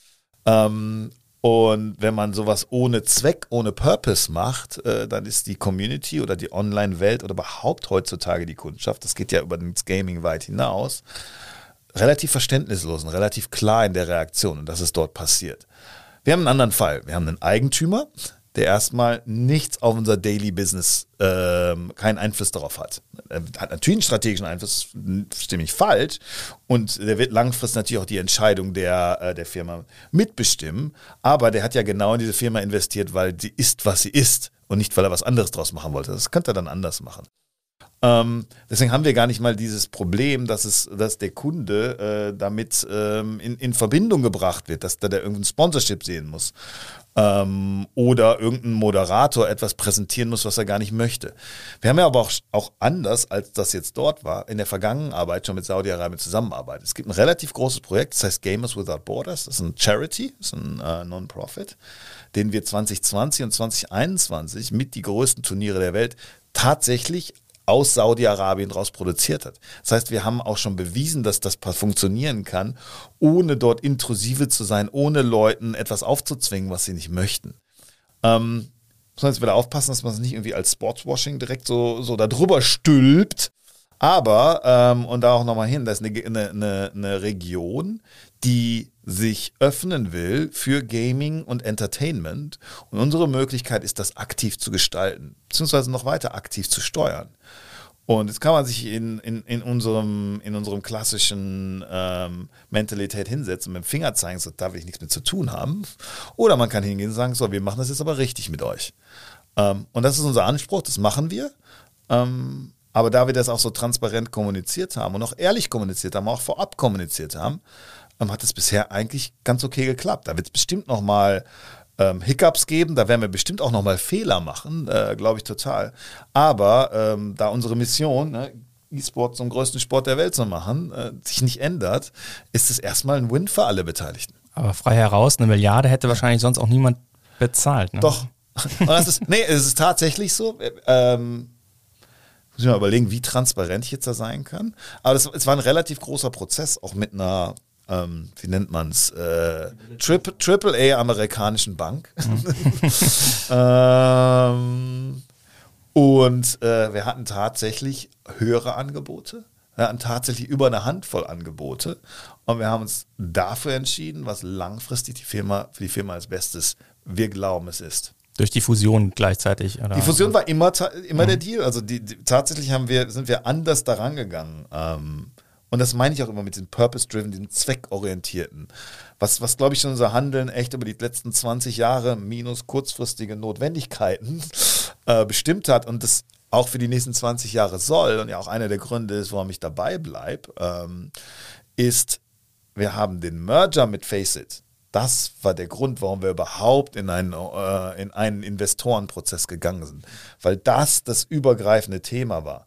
Und wenn man sowas ohne Zweck, ohne Purpose macht, dann ist die Community oder die Online-Welt oder überhaupt heutzutage die Kundschaft, das geht ja über das Gaming weit hinaus, relativ verständnislos und relativ klar in der Reaktion. Und das ist dort passiert. Wir haben einen anderen Fall. Wir haben einen Eigentümer, der erstmal nichts auf unser Daily Business, keinen Einfluss darauf hat. Er hat natürlich einen strategischen Einfluss, stimme ich falsch, und der wird langfristig natürlich auch die Entscheidung der Firma mitbestimmen, aber der hat ja genau in diese Firma investiert, weil sie ist, was sie ist und nicht, weil er was anderes draus machen wollte. Das könnte er dann anders machen. Deswegen haben wir gar nicht mal dieses Problem, dass der Kunde damit in Verbindung gebracht wird, dass der irgendein Sponsorship sehen muss oder irgendein Moderator etwas präsentieren muss, was er gar nicht möchte. Wir haben ja aber auch anders, als das jetzt dort war, in der Vergangenheit schon mit Saudi-Arabien zusammenarbeitet. Es gibt ein relativ großes Projekt, das heißt Gamers Without Borders, das ist ein Charity, das ist ein Non-Profit, den wir 2020 und 2021 mit die größten Turniere der Welt tatsächlich aus Saudi-Arabien raus produziert hat. Das heißt, wir haben auch schon bewiesen, dass das funktionieren kann, ohne dort intrusive zu sein, ohne Leuten etwas aufzuzwingen, was sie nicht möchten. Muss man jetzt wieder aufpassen, dass man es nicht irgendwie als Sportswashing direkt so da drüber stülpt. Aber, und da auch nochmal hin, das ist eine Region, die sich öffnen will für Gaming und Entertainment. Und unsere Möglichkeit ist, das aktiv zu gestalten, beziehungsweise noch weiter aktiv zu steuern. Und jetzt kann man sich in unserem klassischen Mentalität hinsetzen, mit dem Finger zeigen, so, da will ich nichts mit zu tun haben. Oder man kann hingehen und sagen, so, wir machen das jetzt aber richtig mit euch. Und das ist unser Anspruch, das machen wir. Aber da wir das auch so transparent kommuniziert haben und auch ehrlich kommuniziert haben, auch vorab kommuniziert haben, hat es bisher eigentlich ganz okay geklappt. Da wird es bestimmt nochmal Hiccups geben, da werden wir bestimmt auch nochmal Fehler machen, glaube ich total. Aber da unsere Mission, E-Sport zum größten Sport der Welt zu machen, sich nicht ändert, ist es erstmal ein Win für alle Beteiligten. Aber frei heraus, 1 Milliarde hätte wahrscheinlich sonst auch niemand bezahlt. Ne? Doch. Und es ist tatsächlich so. Muss ich mal überlegen, wie transparent ich jetzt da sein kann. Aber es war ein relativ großer Prozess, auch mit einer wie nennt man es, AAA-amerikanischen Bank. Und wir hatten tatsächlich höhere Angebote. Wir hatten tatsächlich über eine Handvoll Angebote. Und wir haben uns dafür entschieden, was langfristig für die Firma als Bestes wir glauben es ist. Durch die Fusion gleichzeitig? Oder? Die Fusion war immer der Deal. Also tatsächlich sind wir anders daran gegangen. Und das meine ich auch immer mit dem Purpose-Driven, diesem Zweckorientierten. Was glaube ich, schon unser Handeln echt über die letzten 20 Jahre minus kurzfristige Notwendigkeiten bestimmt hat und das auch für die nächsten 20 Jahre soll und ja auch einer der Gründe ist, warum ich dabei bleibe, ist, wir haben den Merger mit Faceit. Das war der Grund, warum wir überhaupt in einen Investorenprozess gegangen sind. Weil das übergreifende Thema war.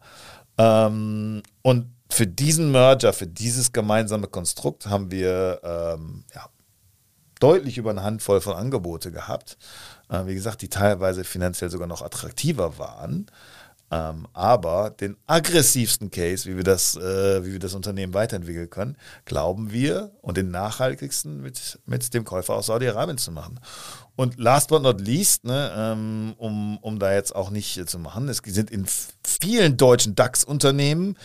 Und für diesen Merger, für dieses gemeinsame Konstrukt haben wir deutlich über eine Handvoll von Angebote gehabt. Wie gesagt, die teilweise finanziell sogar noch attraktiver waren. Aber den aggressivsten Case, wie wir das Unternehmen weiterentwickeln können, glauben wir, und den nachhaltigsten mit dem Käufer aus Saudi-Arabien zu machen. Und last but not least, um da jetzt auch nicht zu machen, es sind in vielen deutschen DAX-Unternehmen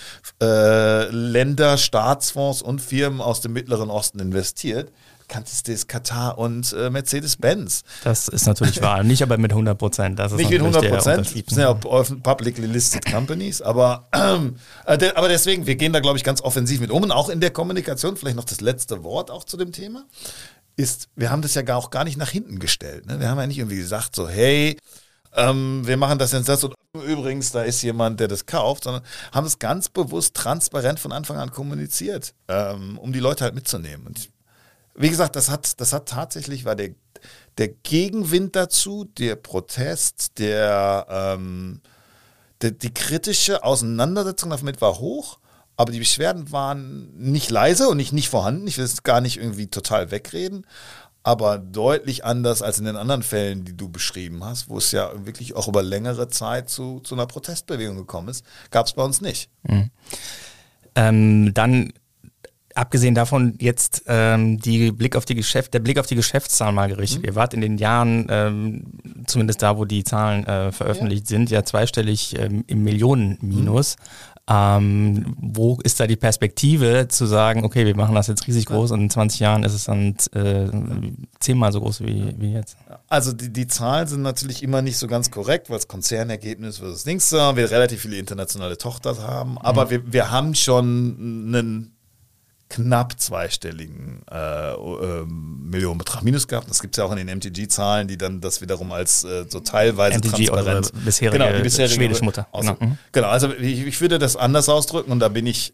Länder, Staatsfonds und Firmen aus dem Mittleren Osten investiert. Bekannteste ist Katar und Mercedes-Benz. Das ist natürlich wahr, nicht aber mit 100%. Nicht mit 100%, das sind ja publicly listed companies, aber deswegen, wir gehen da, glaube ich, ganz offensiv mit um und auch in der Kommunikation, vielleicht noch das letzte Wort auch zu dem Thema, ist, wir haben das ja auch gar nicht nach hinten gestellt. Ne? Wir haben ja nicht irgendwie gesagt, so hey, wir machen das jetzt das und übrigens, da ist jemand, der das kauft, sondern haben es ganz bewusst transparent von Anfang an kommuniziert, um die Leute halt mitzunehmen. Und wie gesagt, das hat tatsächlich, war der Gegenwind dazu, der Protest, die kritische Auseinandersetzung damit war hoch, aber die Beschwerden waren nicht leise und nicht vorhanden. Ich will es gar nicht irgendwie total wegreden, aber deutlich anders als in den anderen Fällen, die du beschrieben hast, wo es ja wirklich auch über längere Zeit zu einer Protestbewegung gekommen ist, gab es bei uns nicht. Mhm. Dann abgesehen davon jetzt der Blick auf die Geschäftszahlen mal gerichtet. Ihr wart in den Jahren, zumindest da, wo die Zahlen veröffentlicht sind, ja zweistellig im Millionenminus. Wo ist da die Perspektive zu sagen, okay, wir machen das jetzt riesig groß und in 20 Jahren ist es dann 10-mal so groß wie jetzt? Also die Zahlen sind natürlich immer nicht so ganz korrekt, weil es Konzernergebnis versus Dings, wir relativ viele internationale Tochter haben, aber wir haben schon einen knapp zweistelligen Millionenbetrag minus gehabt. Das gibt es ja auch in den MTG-Zahlen, die dann das wiederum als so teilweise MTG, transparent. Die bisherige schwedische Mutter. Genau, also ich würde das anders ausdrücken und da bin ich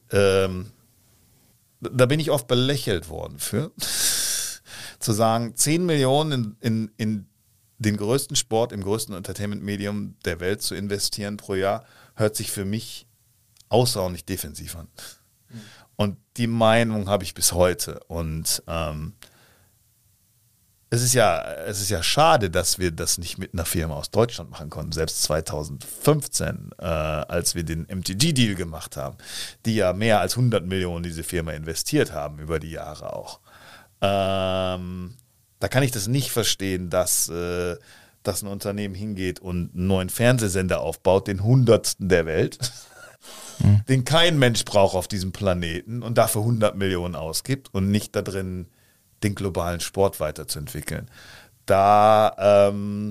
oft belächelt worden für, zu sagen, 10 Millionen in den größten Sport, im größten Entertainment-Medium der Welt zu investieren pro Jahr, hört sich für mich außerordentlich defensiv an. Und die Meinung habe ich bis heute. Und es ist ja schade, dass wir das nicht mit einer Firma aus Deutschland machen konnten. Selbst 2015, als wir den MTG-Deal gemacht haben, die ja mehr als 100 Millionen in diese Firma investiert haben über die Jahre auch. Da kann ich das nicht verstehen, dass ein Unternehmen hingeht und einen neuen Fernsehsender aufbaut, den 100. der Welt, den kein Mensch braucht auf diesem Planeten und dafür 100 Millionen ausgibt und nicht da drin den globalen Sport weiterzuentwickeln. Da,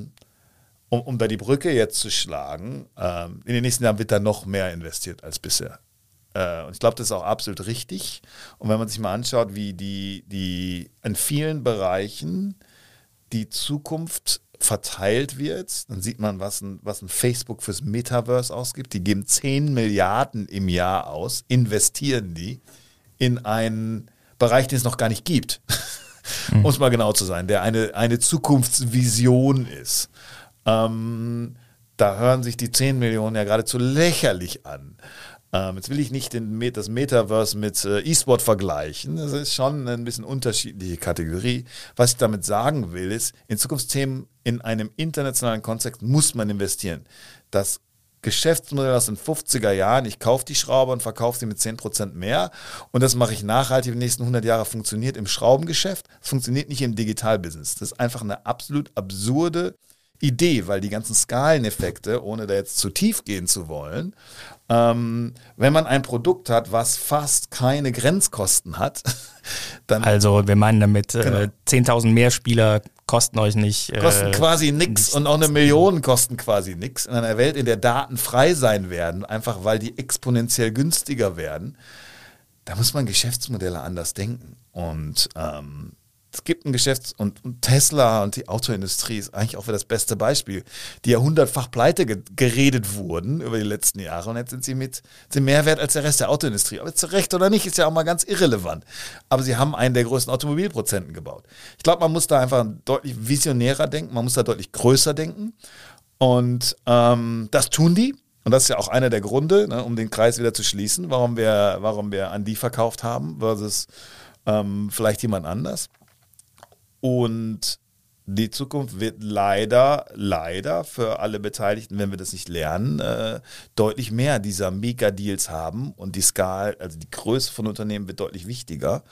um da die Brücke jetzt zu schlagen, in den nächsten Jahren wird da noch mehr investiert als bisher. Und ich glaube, das ist auch absolut richtig. Und wenn man sich mal anschaut, wie die in vielen Bereichen die Zukunft verteilt wird, dann sieht man, was ein Facebook fürs Metaverse ausgibt. Die geben 10 Milliarden im Jahr aus, investieren die in einen Bereich, den es noch gar nicht gibt, um es mal genau zu sein, der eine Zukunftsvision ist. Da hören sich die 10 Millionen ja geradezu lächerlich an. Jetzt will ich nicht das Metaverse mit E-Sport vergleichen. Das ist schon ein bisschen unterschiedliche Kategorie. Was ich damit sagen will, ist, in Zukunftsthemen in einem internationalen Kontext muss man investieren. Das Geschäftsmodell aus den 50er Jahren, ich kaufe die Schraube und verkaufe sie mit 10% mehr und das mache ich nachhaltig in den nächsten 100 Jahren, funktioniert im Schraubengeschäft, es funktioniert nicht im Digitalbusiness. Das ist einfach eine absolut absurde Idee, weil die ganzen Skaleneffekte, ohne da jetzt zu tief gehen zu wollen, wenn man ein Produkt hat, was fast keine Grenzkosten hat, dann... Also wir meinen damit, genau. 10.000 mehr Spieler kosten euch nicht... Kosten quasi nichts und auch 1 Million kosten quasi nichts. In einer Welt, in der Daten frei sein werden, einfach weil die exponentiell günstiger werden, da muss man Geschäftsmodelle anders denken. Und es gibt ein und Tesla und die Autoindustrie ist eigentlich auch für das beste Beispiel, die ja 100-fach pleite geredet wurden über die letzten Jahre und jetzt sind sie mehr wert als der Rest der Autoindustrie. Aber zu Recht oder nicht, ist ja auch mal ganz irrelevant. Aber sie haben einen der größten Automobilproduzenten gebaut. Ich glaube, man muss da einfach deutlich visionärer denken, man muss da deutlich größer denken und das tun die. Und das ist ja auch einer der Gründe, ne, um den Kreis wieder zu schließen, warum wir an die verkauft haben versus vielleicht jemand anders. Und die Zukunft wird leider für alle Beteiligten, wenn wir das nicht lernen, deutlich mehr dieser Mega-Deals haben und die Skala, also die Größe von Unternehmen wird deutlich wichtiger,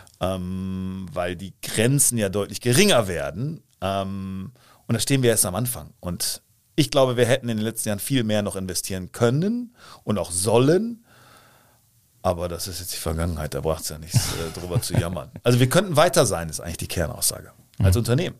weil die Grenzen ja deutlich geringer werden. Und da stehen wir erst am Anfang. Und ich glaube, wir hätten in den letzten Jahren viel mehr noch investieren können und auch sollen. Aber das ist jetzt die Vergangenheit, da braucht es ja nichts drüber zu jammern. Also wir könnten weiter sein, ist eigentlich die Kernaussage. Als Unternehmen.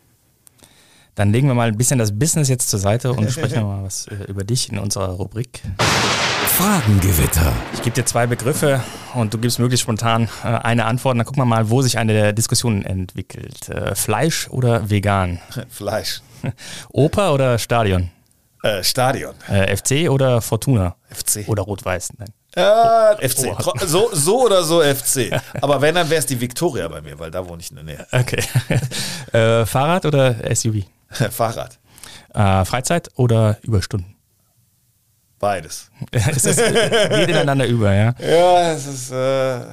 Dann legen wir mal ein bisschen das Business jetzt zur Seite und sprechen mal was über dich in unserer Rubrik. Fragengewitter. Ich gebe dir 2 Begriffe und du gibst möglichst spontan eine Antwort. Dann gucken wir mal, wo sich eine der Diskussionen entwickelt. Fleisch oder vegan? Fleisch. Oper oder Stadion? Stadion. FC oder Fortuna? FC. Oder Rot-Weiß? Nein. FC. So oder so FC. Aber wenn, dann wäre es die Victoria bei mir, weil da wohne ich in der Nähe. Okay. Fahrrad oder SUV? Fahrrad. Freizeit oder Überstunden? Beides. Es ist geht ineinander über, ja? Ja, es ist... wir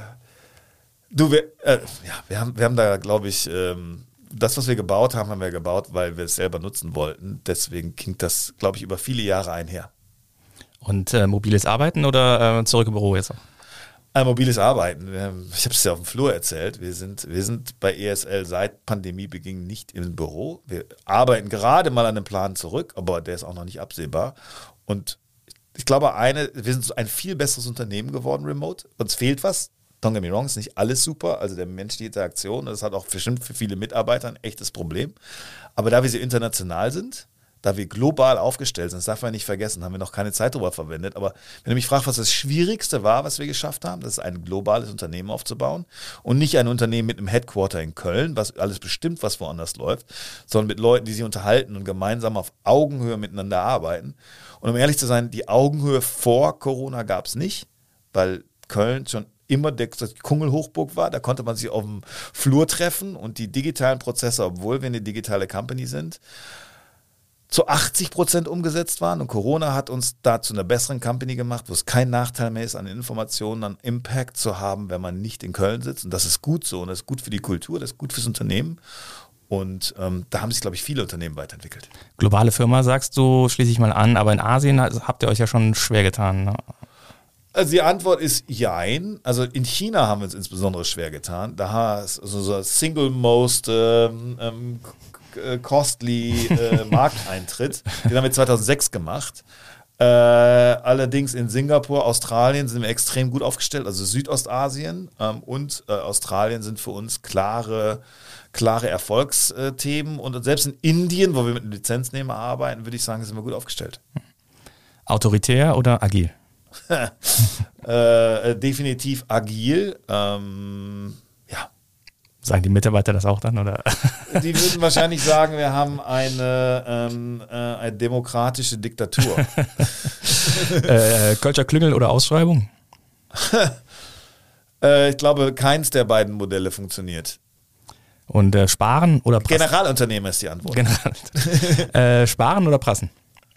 haben da, glaube ich... das, was wir gebaut haben, haben wir gebaut, weil wir es selber nutzen wollten. Deswegen ging das, glaube ich, über viele Jahre einher. Und mobiles Arbeiten oder zurück im Büro jetzt? Mobiles Arbeiten. Ich habe es ja auf dem Flur erzählt. Wir sind bei ESL seit Pandemiebeginn nicht im Büro. Wir arbeiten gerade mal an einem Plan zurück, aber der ist auch noch nicht absehbar. Und ich glaube, wir sind ein viel besseres Unternehmen geworden remote. Uns fehlt was. Don't get me wrong, ist nicht alles super. Also der menschliche Interaktion, das hat auch bestimmt für viele Mitarbeiter ein echtes Problem. Aber da wir so international sind, da wir global aufgestellt sind, das darf man nicht vergessen, haben wir noch keine Zeit darüber verwendet. Aber wenn du mich fragst, was das Schwierigste war, was wir geschafft haben, das ist ein globales Unternehmen aufzubauen und nicht ein Unternehmen mit einem Headquarter in Köln, was alles bestimmt, was woanders läuft, sondern mit Leuten, die sich unterhalten und gemeinsam auf Augenhöhe miteinander arbeiten. Und um ehrlich zu sein, die Augenhöhe vor Corona gab es nicht, weil Köln schon immer die Kungelhochburg war. Da konnte man sich auf dem Flur treffen und die digitalen Prozesse, obwohl wir eine digitale Company sind, zu 80% umgesetzt waren. Und Corona hat uns da zu einer besseren Company gemacht, wo es kein Nachteil mehr ist, an Informationen, an Impact zu haben, wenn man nicht in Köln sitzt. Und das ist gut so und das ist gut für die Kultur, das ist gut fürs Unternehmen. Und da haben sich, glaube ich, viele Unternehmen weiterentwickelt. Globale Firma, sagst du, schließe ich mal an, aber in Asien habt ihr euch ja schon schwer getan, ne? Also die Antwort ist jein. Also in China haben wir uns insbesondere schwer getan. Da ist so Single Most Costly Markteintritt. Den haben wir 2006 gemacht. Allerdings in Singapur, Australien sind wir extrem gut aufgestellt. Also Südostasien und Australien sind für uns klare Erfolgsthemen. Und selbst in Indien, wo wir mit einem Lizenznehmer arbeiten, würde ich sagen, sind wir gut aufgestellt. Autoritär oder agil? Definitiv agil. Ja. Sagen die Mitarbeiter das auch dann, oder? Die würden wahrscheinlich sagen, wir haben eine demokratische Diktatur. Kölscher Klüngel oder Ausschreibung? Ich glaube, keins der beiden Modelle funktioniert. Und sparen oder prassen? Generalunternehmer ist die Antwort. Sparen oder prassen?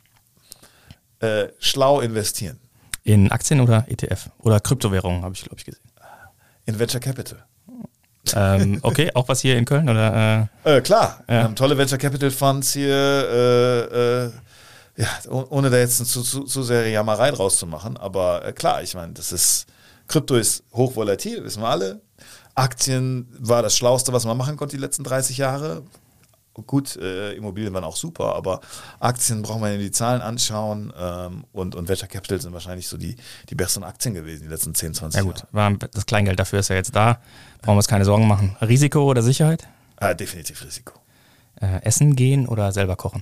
Schlau investieren. In Aktien oder ETF? Oder Kryptowährungen, habe ich, glaube ich, gesehen. In Venture Capital. Okay, auch was hier in Köln? Oder, klar, ja. Wir haben tolle Venture Capital Funds hier, ja, ohne da jetzt zu sehr Jammerei draus zu machen. Aber klar, ich meine, Krypto ist hochvolatil, wissen wir alle. Aktien war das Schlauste, was man machen konnte die letzten 30 Jahre. Gut, Immobilien waren auch super, aber Aktien brauchen wir in die Zahlen anschauen und Venture Capital sind wahrscheinlich so die besseren Aktien gewesen die letzten 10, 20 Jahre. Ja gut, das Kleingeld dafür ist ja jetzt da, brauchen wir uns keine Sorgen machen. Risiko oder Sicherheit? Definitiv Risiko. Essen gehen oder selber kochen?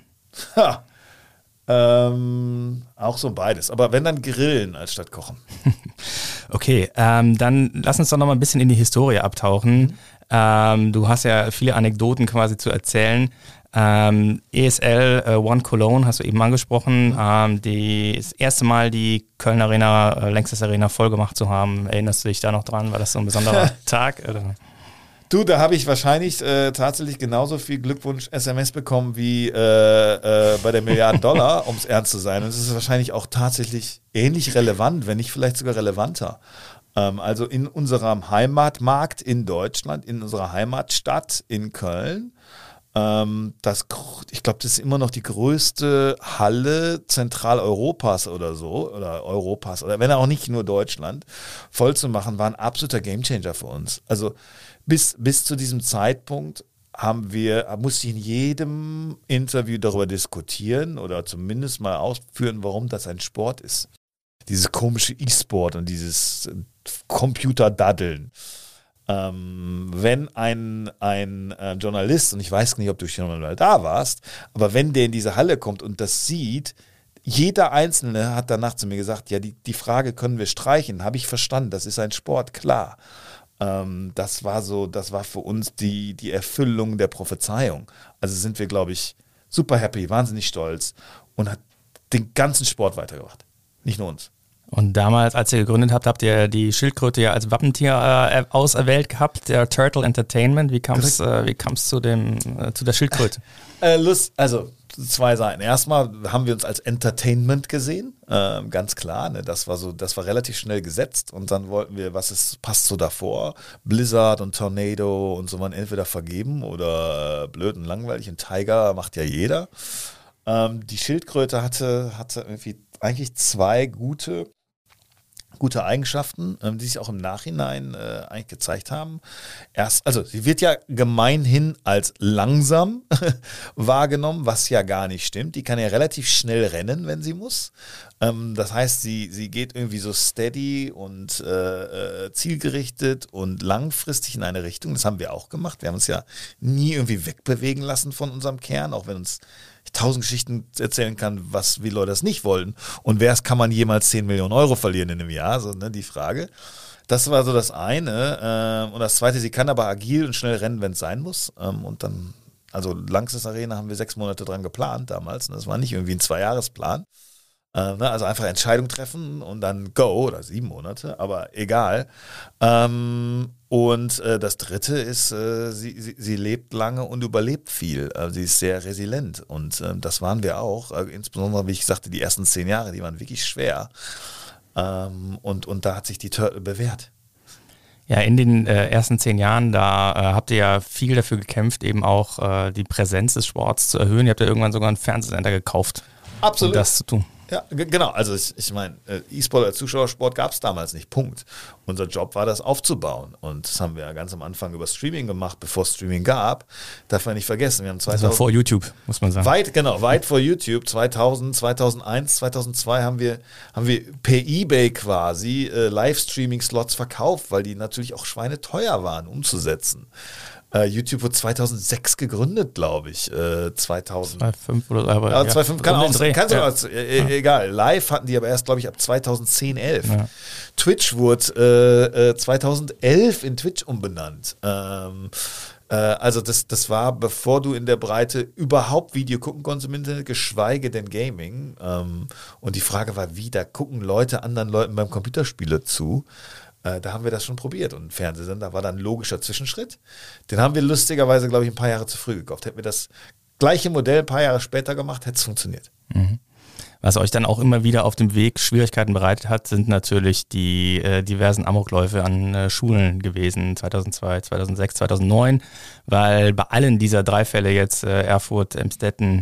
Auch so beides, aber wenn dann grillen als statt kochen. Okay, dann lass uns doch noch mal ein bisschen in die Historie abtauchen. Du hast ja viele Anekdoten quasi zu erzählen. ESL One Cologne hast du eben angesprochen. Das erste Mal die Köln Arena, Lanxess Arena voll gemacht zu haben. Erinnerst du dich da noch dran? War das so ein besonderer Tag? Oder? Du, da habe ich wahrscheinlich tatsächlich genauso viel Glückwunsch-SMS bekommen wie bei der Milliarden $, um es ernst zu sein. Und es ist wahrscheinlich auch tatsächlich ähnlich relevant, wenn nicht vielleicht sogar relevanter. Also in unserem Heimatmarkt in Deutschland, in unserer Heimatstadt in Köln. Ich glaube, das ist immer noch die größte Halle Zentraleuropas oder so, oder Europas, oder wenn auch nicht nur Deutschland, voll zu machen, war ein absoluter Gamechanger für uns. Also bis zu diesem Zeitpunkt musste ich in jedem Interview darüber diskutieren oder zumindest mal ausführen, warum das ein Sport ist. Dieses komische E-Sport und dieses Computerdaddeln. Wenn ein Journalist, und ich weiß nicht, ob du schon mal da warst, aber wenn der in diese Halle kommt und das sieht, jeder Einzelne hat danach zu mir gesagt, ja, die Frage können wir streichen, habe ich verstanden, das ist ein Sport, klar. Das war für uns die Erfüllung der Prophezeiung. Also sind wir, glaube ich, super happy, wahnsinnig stolz und hat den ganzen Sport weitergebracht, nicht nur uns. Und damals, als ihr gegründet habt, habt ihr die Schildkröte ja als Wappentier auserwählt gehabt, der Turtle Entertainment. Wie kam es zu der Schildkröte? Also zwei Seiten. Erstmal haben wir uns als Entertainment gesehen, ganz klar. Ne? Das war relativ schnell gesetzt und dann wollten wir, passt so davor? Blizzard und Tornado und so waren entweder vergeben oder blöd und langweilig. Ein Tiger macht ja jeder. Die Schildkröte hatte irgendwie eigentlich zwei gute gute Eigenschaften, die sich auch im Nachhinein eigentlich gezeigt haben. Also sie wird ja gemeinhin als langsam wahrgenommen, was ja gar nicht stimmt. Die kann ja relativ schnell rennen, wenn sie muss. Das heißt, sie geht irgendwie so steady und zielgerichtet und langfristig in eine Richtung. Das haben wir auch gemacht. Wir haben uns ja nie irgendwie wegbewegen lassen von unserem Kern, auch wenn uns 1000 Geschichten erzählen kann, wie Leute das nicht wollen. Und kann man jemals 10 Millionen Euro verlieren in einem Jahr? So, ne, die Frage. Das war so das eine. Und das zweite, sie kann aber agil und schnell rennen, wenn es sein muss. Und dann, also Lanxess Arena haben wir 6 Monate dran geplant damals. Das war nicht irgendwie ein 2-Jahresplan. Also einfach Entscheidung treffen und dann go, oder 7 Monate, aber egal. Und das dritte ist, sie lebt lange und überlebt viel. Sie ist sehr resilient und das waren wir auch. Insbesondere, wie ich sagte, die ersten 10 Jahre, die waren wirklich schwer. Und da hat sich die Turtle bewährt. Ja, in den ersten 10 Jahren, da habt ihr ja viel dafür gekämpft, eben auch die Präsenz des Sports zu erhöhen. Ihr habt ja irgendwann sogar einen Fernsehsender gekauft, Absolut. um das zu tun. Ja, genau. Also ich meine, E-Sport als Zuschauersport gab es damals nicht, Punkt. Unser Job war, das aufzubauen. Und das haben wir ja ganz am Anfang über Streaming gemacht, bevor es Streaming gab. Darf man nicht vergessen. Wir haben 2000, das war vor YouTube, muss man sagen. Weit vor YouTube. 2000, 2001, 2002 haben wir per eBay quasi Livestreaming-Slots verkauft, weil die natürlich auch schweineteuer waren umzusetzen. YouTube wurde 2006 gegründet, glaube ich. 2005 oder so. Aber ja, 2005 kann auch sein. Egal. Live hatten die aber erst, glaube ich, ab 2010, 11. Ja. Twitch wurde 2011 in Twitch umbenannt. Also das war, bevor du in der Breite überhaupt Video gucken konntest im Internet, geschweige denn Gaming. Und die Frage war, da gucken Leute anderen Leuten beim Computerspiele zu. Da haben wir das schon probiert und ein Fernsehsender war dann ein logischer Zwischenschritt. Den haben wir lustigerweise, glaube ich, ein paar Jahre zu früh gekauft. Hätten wir das gleiche Modell ein paar Jahre später gemacht, hätte es funktioniert. Mhm. Was euch dann auch immer wieder auf dem Weg Schwierigkeiten bereitet hat, sind natürlich die diversen Amokläufe an Schulen gewesen, 2002, 2006, 2009, weil bei allen dieser 3 Fälle jetzt Erfurt, Emstetten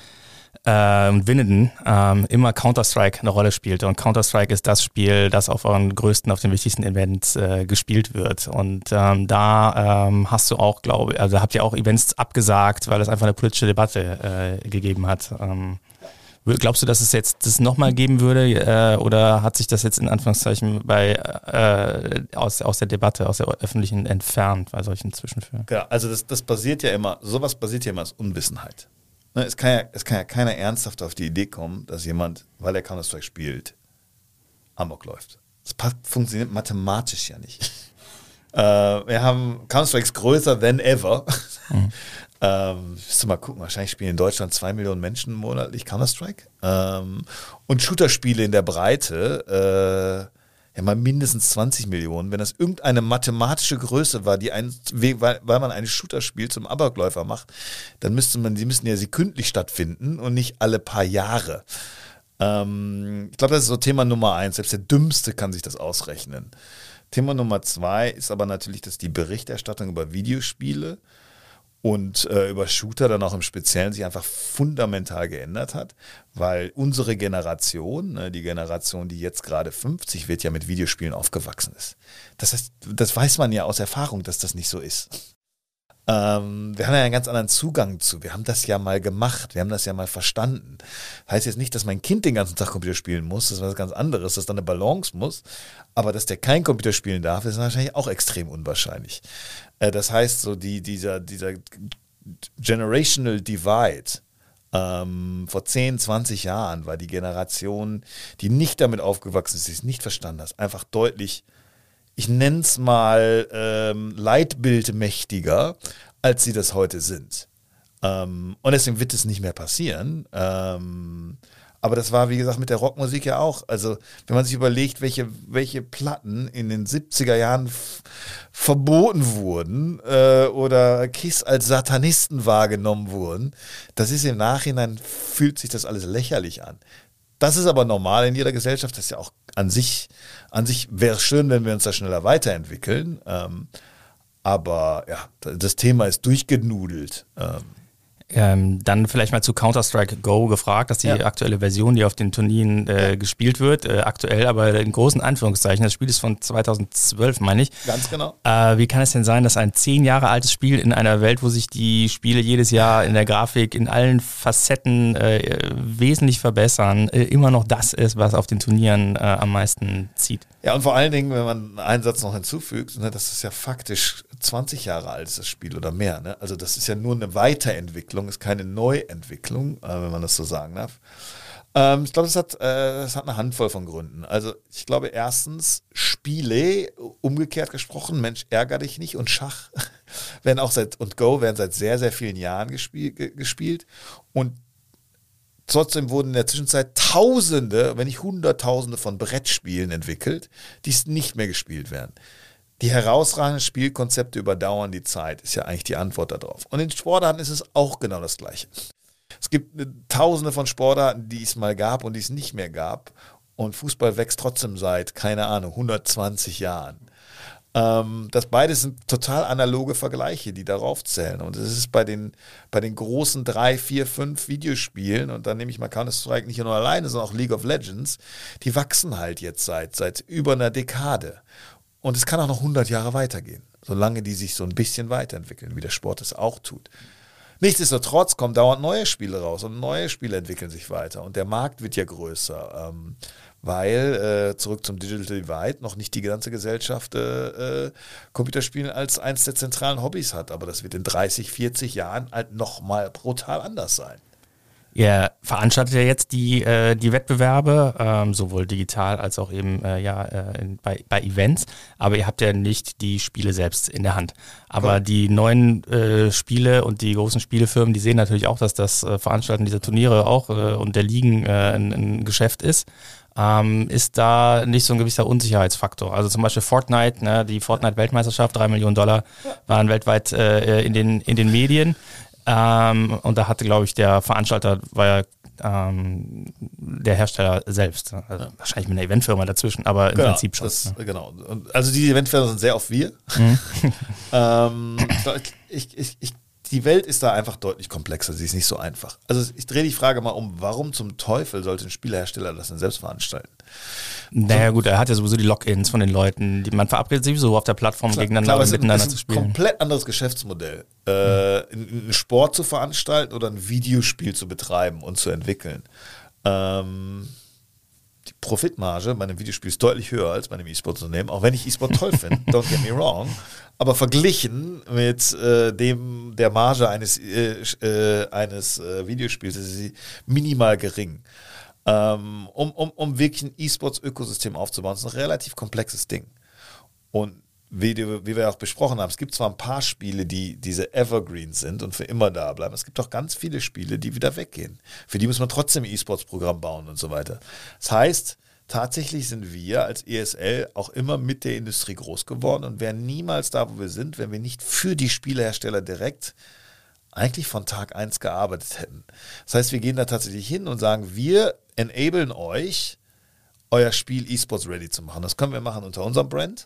und Winnenden immer Counter-Strike eine Rolle spielte. Und Counter-Strike ist das Spiel, das auf euren größten, auf den wichtigsten Events gespielt wird. Und da hast du auch, habt ihr auch Events abgesagt, weil es einfach eine politische Debatte gegeben hat. Glaubst du, dass es jetzt das nochmal geben würde oder hat sich das jetzt in Anführungszeichen aus der Debatte, aus der öffentlichen entfernt bei solchen Zwischenfällen? Ja, also das basiert ja immer, sowas basiert ja immer aus Unwissenheit. Es kann ja keiner ernsthaft auf die Idee kommen, dass jemand, weil er Counter-Strike spielt, Amok läuft. Das funktioniert mathematisch ja nicht. Wir haben Counter-Strike größer than ever. Müsst du mal gucken, wahrscheinlich spielen in Deutschland 2 Millionen Menschen monatlich Counter-Strike. Und Shooter-Spiele in der Breite mal mindestens 20 Millionen. Wenn das irgendeine mathematische Größe war, weil man ein Shooter-Spiel zum Amokläufer macht, dann die müssten ja sekündlich stattfinden und nicht alle paar Jahre. Ich glaube, das ist so Thema Nummer 1. Selbst der Dümmste kann sich das ausrechnen. Thema Nummer 2 ist aber natürlich, dass die Berichterstattung über Videospiele und über Shooter dann auch im Speziellen sich einfach fundamental geändert hat, weil unsere Generation, die Generation, die jetzt gerade 50 wird, ja mit Videospielen aufgewachsen ist. Das heißt, das weiß man ja aus Erfahrung, dass das nicht so ist. Wir haben ja einen ganz anderen Zugang zu. Wir haben das ja mal gemacht, wir haben das ja mal verstanden. Heißt jetzt nicht, dass mein Kind den ganzen Tag Computer spielen muss, das ist was ganz anderes, dass da eine Balance muss, aber dass der kein Computer spielen darf, ist wahrscheinlich auch extrem unwahrscheinlich. Das heißt, so dieser Generational Divide vor 10, 20 Jahren war die Generation, die nicht damit aufgewachsen ist, die es nicht verstanden hat, einfach deutlich, ich nenne es mal leitbildmächtiger, als sie das heute sind. Und deswegen wird es nicht mehr passieren. Aber das war, wie gesagt, mit der Rockmusik ja auch. Also, wenn man sich überlegt, welche Platten in den 70er Jahren verboten wurden oder Kiss als Satanisten wahrgenommen wurden, das ist im Nachhinein, fühlt sich das alles lächerlich an. Das ist aber normal in jeder Gesellschaft. Das ist ja auch an sich wäre es schön, wenn wir uns da schneller weiterentwickeln. Aber ja, das Thema ist durchgenudelt. Dann vielleicht mal zu Counter-Strike Go gefragt, dass die aktuelle Version, die auf den Turnieren gespielt wird, aktuell, aber in großen Anführungszeichen, das Spiel ist von 2012, meine ich. Ganz genau. Wie kann es denn sein, dass ein 10 Jahre altes Spiel in einer Welt, wo sich die Spiele jedes Jahr in der Grafik, in allen Facetten wesentlich verbessern, immer noch das ist, was auf den Turnieren am meisten zieht? Ja, und vor allen Dingen, wenn man einen Satz noch hinzufügt, ne, das ist ja faktisch 20 Jahre alt, das Spiel oder mehr. Ne? Also das ist ja nur eine Weiterentwicklung, ist keine Neuentwicklung, wenn man das so sagen darf. Ich glaube, das hat eine Handvoll von Gründen. Also ich glaube erstens, Spiele, umgekehrt gesprochen, Mensch, ärger dich nicht, und Schach und Go werden seit sehr, sehr vielen Jahren gespielt, und trotzdem wurden in der Zwischenzeit Tausende, wenn nicht Hunderttausende von Brettspielen entwickelt, die nicht mehr gespielt werden. Die herausragenden Spielkonzepte überdauern die Zeit, ist ja eigentlich die Antwort darauf. Und in Sportarten ist es auch genau das Gleiche. Es gibt Tausende von Sportarten, die es mal gab und die es nicht mehr gab. Und Fußball wächst trotzdem seit, keine Ahnung, 120 Jahren. Das beides sind total analoge Vergleiche, die darauf zählen. Und es ist bei den großen 3, 4, 5 Videospielen, und dann nehme ich mal Counter-Strike nicht nur alleine, sondern auch League of Legends, die wachsen halt jetzt seit über einer Dekade. Und es kann auch noch 100 Jahre weitergehen, solange die sich so ein bisschen weiterentwickeln, wie der Sport es auch tut. Nichtsdestotrotz kommen dauernd neue Spiele raus und neue Spiele entwickeln sich weiter. Und der Markt wird ja größer, weil, zurück zum Digital Divide, noch nicht die ganze Gesellschaft Computerspielen als eins der zentralen Hobbys hat. Aber das wird in 30, 40 Jahren halt nochmal brutal anders sein. Ihr veranstaltet ja jetzt die Wettbewerbe, sowohl digital als auch eben bei Events, aber ihr habt ja nicht die Spiele selbst in der Hand. Aber cool. Die neuen Spiele und die großen Spielefirmen, die sehen natürlich auch, dass das Veranstalten dieser Turniere auch und der Ligen ein Geschäft ist. Ist da nicht so ein gewisser Unsicherheitsfaktor? Also zum Beispiel Fortnite, ne, die Fortnite-Weltmeisterschaft, $3 Millionen waren weltweit in den Medien. Und da hatte, glaube ich, der Veranstalter war ja der Hersteller selbst. Also wahrscheinlich mit einer Eventfirma dazwischen, aber im Prinzip schon. Genau. Also die Eventfirmen sind sehr oft wir. Die Welt ist da einfach deutlich komplexer, sie ist nicht so einfach. Also ich drehe die Frage mal um, warum zum Teufel sollte ein Spielehersteller das denn selbst veranstalten? Naja gut, er hat ja sowieso die Logins von den Leuten, man verabredet sich so auf der Plattform gegeneinander und miteinander zu spielen. Das ist ein komplett anderes Geschäftsmodell, einen Sport zu veranstalten oder ein Videospiel zu betreiben und zu entwickeln. Die Profitmarge bei einem Videospiel ist deutlich höher als bei einem E-Sport-Unternehmen, auch wenn ich E-Sport toll finde, don't get me wrong. Aber verglichen mit der Marge eines Videospiels ist sie minimal gering. Um wirklich ein E-Sports-Ökosystem aufzubauen, ist ein relativ komplexes Ding. Und wie wir auch besprochen haben, es gibt zwar ein paar Spiele, die diese Evergreens sind und für immer da bleiben. Es gibt auch ganz viele Spiele, die wieder weggehen. Für die muss man trotzdem ein E-Sports-Programm bauen und so weiter. Das heißt, tatsächlich sind wir als ESL auch immer mit der Industrie groß geworden und wären niemals da, wo wir sind, wenn wir nicht für die Spielehersteller direkt eigentlich von Tag 1 gearbeitet hätten. Das heißt, wir gehen da tatsächlich hin und sagen, wir enablen euch, euer Spiel E-Sports ready zu machen. Das können wir machen unter unserem Brand.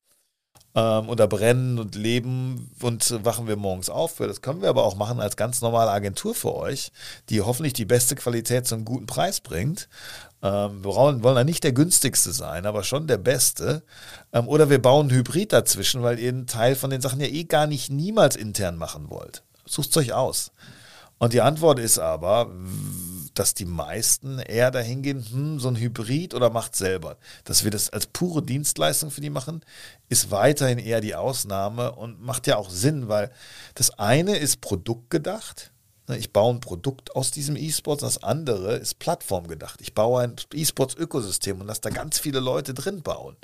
Oder brennen und leben und wachen wir morgens auf. Das können wir aber auch machen als ganz normale Agentur für euch, die hoffentlich die beste Qualität zu einem guten Preis bringt. Wir wollen da nicht der günstigste sein, aber schon der beste. Oder wir bauen einen Hybrid dazwischen, weil ihr einen Teil von den Sachen ja gar nicht niemals intern machen wollt. Sucht's euch aus. Und die Antwort ist aber, dass die meisten eher dahin gehen, so ein Hybrid oder macht selber. Dass wir das als pure Dienstleistung für die machen, ist weiterhin eher die Ausnahme und macht ja auch Sinn, weil das eine ist produktgedacht. Ich baue ein Produkt aus diesem E-Sports, das andere ist plattformgedacht. Ich baue ein E-Sports-Ökosystem und lasse da ganz viele Leute drin bauen.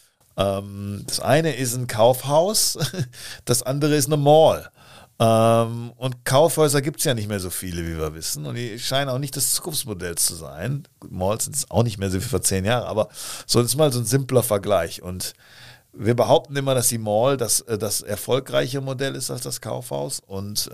Das eine ist ein Kaufhaus, das andere ist eine Mall. Und Kaufhäuser gibt es ja nicht mehr so viele, wie wir wissen. Und die scheinen auch nicht das Zukunftsmodell zu sein. Gut, Malls sind es auch nicht mehr so wie vor 10 Jahren, aber so ist mal so ein simpler Vergleich. Und wir behaupten immer, dass die Mall das erfolgreiche Modell ist als das Kaufhaus. Und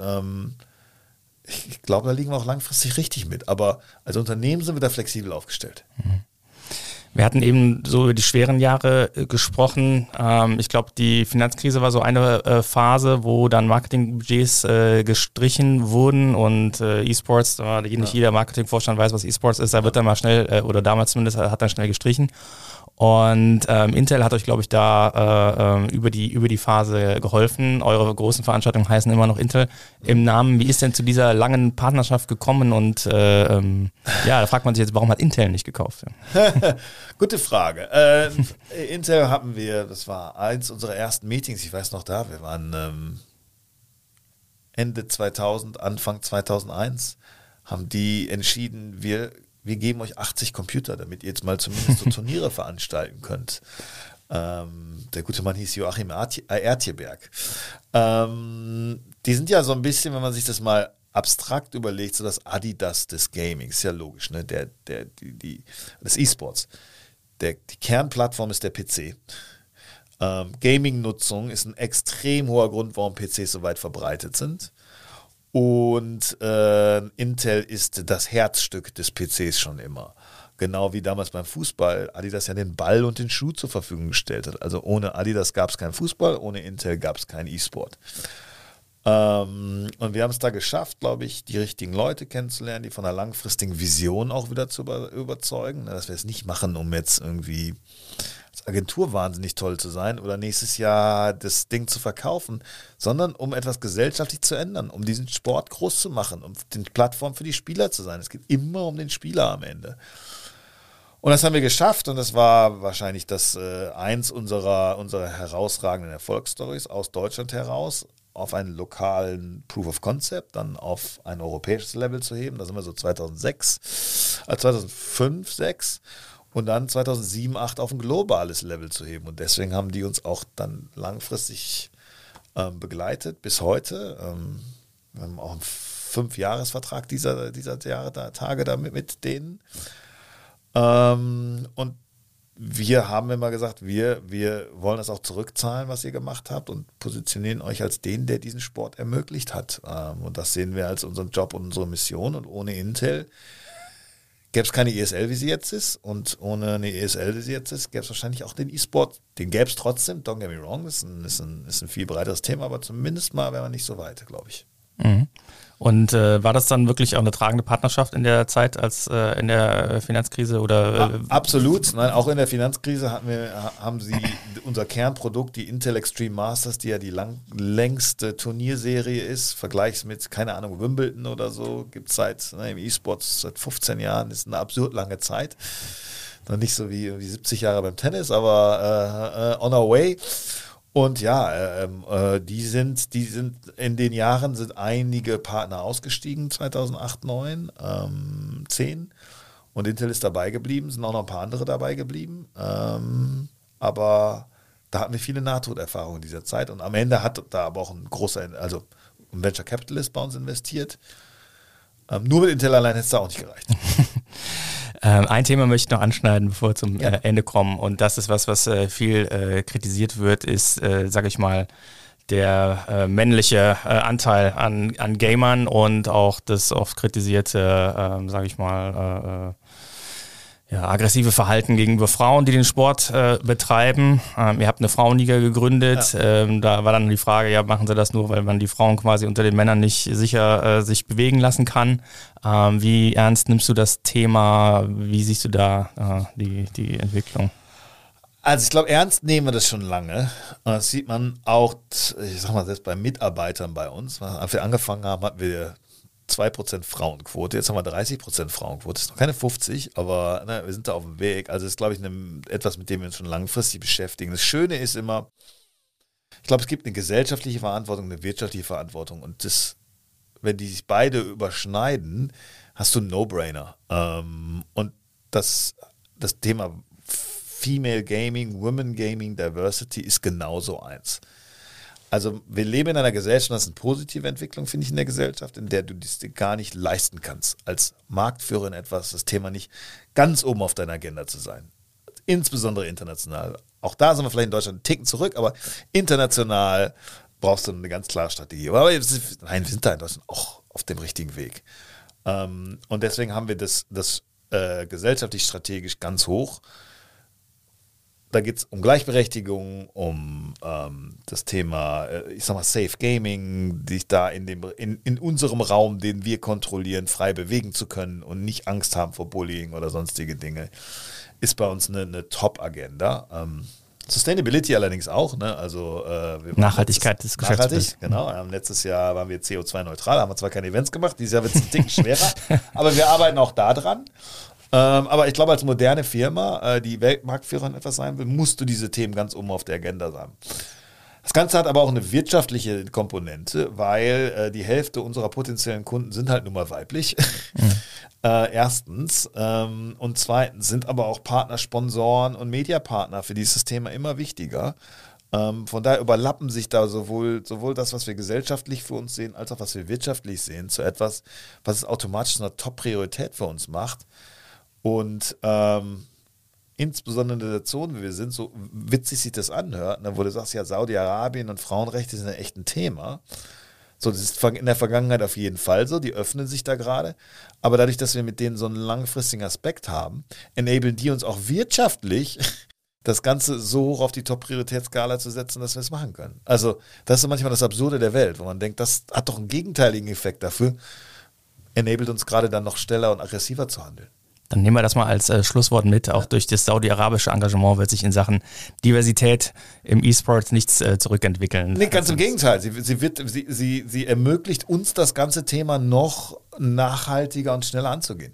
ich glaube, da liegen wir auch langfristig richtig mit. Aber als Unternehmen sind wir da flexibel aufgestellt. Wir hatten eben so über die schweren Jahre gesprochen. Ich glaube, die Finanzkrise war so eine Phase, wo dann Marketingbudgets gestrichen wurden und E-Sports, nicht jeder Marketingvorstand weiß, was E-Sports ist, da wird dann mal schnell, oder damals zumindest, hat dann schnell gestrichen. Und Intel hat euch, glaube ich, da über die Phase geholfen. Eure großen Veranstaltungen heißen immer noch Intel im Namen. Wie ist denn zu dieser langen Partnerschaft gekommen? Und da fragt man sich jetzt, warum hat Intel nicht gekauft? Gute Frage. Intel hatten wir, das war eins unserer ersten Meetings, ich weiß noch da, wir waren Ende 2000, Anfang 2001, haben die entschieden, wir geben euch 80 Computer, damit ihr jetzt mal zumindest so Turniere veranstalten könnt. Der gute Mann hieß Joachim Ertjeberg. Die sind ja so ein bisschen, wenn man sich das mal abstrakt überlegt, so das Adidas des Gamings, ist ja logisch, ne? Des E-Sports. Die Kernplattform ist der PC. Gaming-Nutzung ist ein extrem hoher Grund, warum PCs so weit verbreitet sind. Und Intel ist das Herzstück des PCs schon immer. Genau wie damals beim Fußball Adidas ja den Ball und den Schuh zur Verfügung gestellt hat. Also ohne Adidas gab es keinen Fußball, ohne Intel gab es keinen E-Sport. Und wir haben es da geschafft, glaube ich, die richtigen Leute kennenzulernen, die von einer langfristigen Vision auch wieder zu überzeugen. Dass wir es nicht machen, um jetzt irgendwie als Agentur wahnsinnig toll zu sein oder nächstes Jahr das Ding zu verkaufen, sondern um etwas gesellschaftlich zu ändern, um diesen Sport groß zu machen, um die Plattform für die Spieler zu sein. Es geht immer um den Spieler am Ende. Und das haben wir geschafft und das war wahrscheinlich eins unserer herausragenden Erfolgsstories aus Deutschland heraus, auf einen lokalen Proof of Concept, dann auf ein europäisches Level zu heben. Da sind wir so 2005, 2006 und dann 2007, 2008 auf ein globales Level zu heben. Und deswegen haben die uns auch dann langfristig begleitet bis heute. Wir haben auch einen 5-Jahres-Vertrag dieser Tage da mit denen. Und wir haben immer gesagt, wir wollen das auch zurückzahlen, was ihr gemacht habt und positionieren euch als den, der diesen Sport ermöglicht hat. Und das sehen wir als unseren Job und unsere Mission. Und ohne Intel gäbe es keine ESL, wie sie jetzt ist. Und ohne eine ESL, wie sie jetzt ist, gäbe es wahrscheinlich auch den E-Sport. Den gäbe es trotzdem, don't get me wrong, ist ein viel breiteres Thema, aber zumindest mal wäre man nicht so weit, glaube ich. Mhm. Und war das dann wirklich auch eine tragende Partnerschaft in der Zeit als in der Finanzkrise oder? Absolut. Nein, auch in der Finanzkrise haben sie unser Kernprodukt, die Intel Extreme Masters, die ja die längste Turnierserie ist, vergleichs mit, keine Ahnung, Wimbledon oder so, gibt es im E-Sports seit 15 Jahren, ist eine absurd lange Zeit. Noch nicht so wie 70 Jahre beim Tennis, aber on our way. Und ja, die sind in den Jahren sind einige Partner ausgestiegen, 2008, 2009, 2010. Und Intel ist dabei geblieben, sind auch noch ein paar andere dabei geblieben. Aber da hatten wir viele Nahtoderfahrungen in dieser Zeit. Und am Ende hat da aber auch ein Venture Capitalist bei uns investiert. Nur mit Intel allein hätte es da auch nicht gereicht. Ein Thema möchte ich noch anschneiden, bevor wir zum Ende kommen. Und das ist was viel kritisiert wird, ist, sage ich mal, der männliche Anteil an Gamern und auch das oft kritisierte, sage ich mal, aggressive Verhalten gegenüber Frauen, die den Sport betreiben. Ihr habt eine Frauenliga gegründet. Ja. Da war dann die Frage, machen sie das nur, weil man die Frauen quasi unter den Männern nicht sicher sich bewegen lassen kann. Wie ernst nimmst du das Thema? Wie siehst du da die Entwicklung? Also ich glaube, ernst nehmen wir das schon lange. Und das sieht man auch, ich sag mal, selbst bei Mitarbeitern bei uns. Als wir angefangen haben, hatten wir 2% Frauenquote, jetzt haben wir 30% Frauenquote. Das ist noch keine 50, aber wir sind da auf dem Weg. Also das ist, glaube ich, etwas, mit dem wir uns schon langfristig beschäftigen. Das Schöne ist immer, ich glaube, es gibt eine gesellschaftliche Verantwortung, eine wirtschaftliche Verantwortung. Und wenn die sich beide überschneiden, hast du einen No-Brainer. Und das Thema Female Gaming, Women Gaming, Diversity ist genauso eins. Also wir leben in einer Gesellschaft, das ist eine positive Entwicklung, finde ich, in der Gesellschaft, in der du das gar nicht leisten kannst, als Marktführer in etwas, das Thema nicht ganz oben auf deiner Agenda zu sein. Insbesondere international. Auch da sind wir vielleicht in Deutschland einen Ticken zurück, aber international brauchst du eine ganz klare Strategie. Aber wir sind da in Deutschland auch auf dem richtigen Weg. Und deswegen haben wir das gesellschaftlich strategisch ganz hoch. Da geht es um Gleichberechtigung, um das Thema, ich sag mal, Safe Gaming, dich da in unserem Raum, den wir kontrollieren, frei bewegen zu können und nicht Angst haben vor Bullying oder sonstige Dinge, ist bei uns eine Top-Agenda. Sustainability allerdings auch, ne? Also Nachhaltigkeit des Geschäftsmodells. Genau. Letztes Jahr waren wir CO2-neutral, haben wir zwar keine Events gemacht, dieses Jahr wird es ein Ticken schwerer, aber wir arbeiten auch da dran. Aber ich glaube, als moderne Firma, die Weltmarktführerin etwas sein will, musst du diese Themen ganz oben auf der Agenda sein. Das Ganze hat aber auch eine wirtschaftliche Komponente, weil die Hälfte unserer potenziellen Kunden sind halt nun mal weiblich. Erstens. Und zweitens sind aber auch Partner, Sponsoren und Mediapartner für dieses Thema immer wichtiger. Von daher überlappen sich da sowohl das, was wir gesellschaftlich für uns sehen, als auch was wir wirtschaftlich sehen, zu etwas, was es automatisch eine Top-Priorität für uns macht. Und insbesondere in der Zone, wie wir sind, so witzig sich das anhört, ne, wo du sagst, ja, Saudi-Arabien und Frauenrechte sind ja echt ein Thema. So, das ist in der Vergangenheit auf jeden Fall so, die öffnen sich da gerade. Aber dadurch, dass wir mit denen so einen langfristigen Aspekt haben, enablen die uns auch wirtschaftlich, das Ganze so hoch auf die Top-Prioritätsskala zu setzen, dass wir es machen können. Also, das ist so manchmal das Absurde der Welt, wo man denkt, das hat doch einen gegenteiligen Effekt dafür, enabled uns gerade dann noch schneller und aggressiver zu handeln. Dann nehmen wir das mal als Schlusswort mit. Auch durch das saudi-arabische Engagement wird sich in Sachen Diversität im E-Sport nichts zurückentwickeln. Nee, ganz im Gegenteil. Sie ermöglicht uns, das ganze Thema noch nachhaltiger und schneller anzugehen.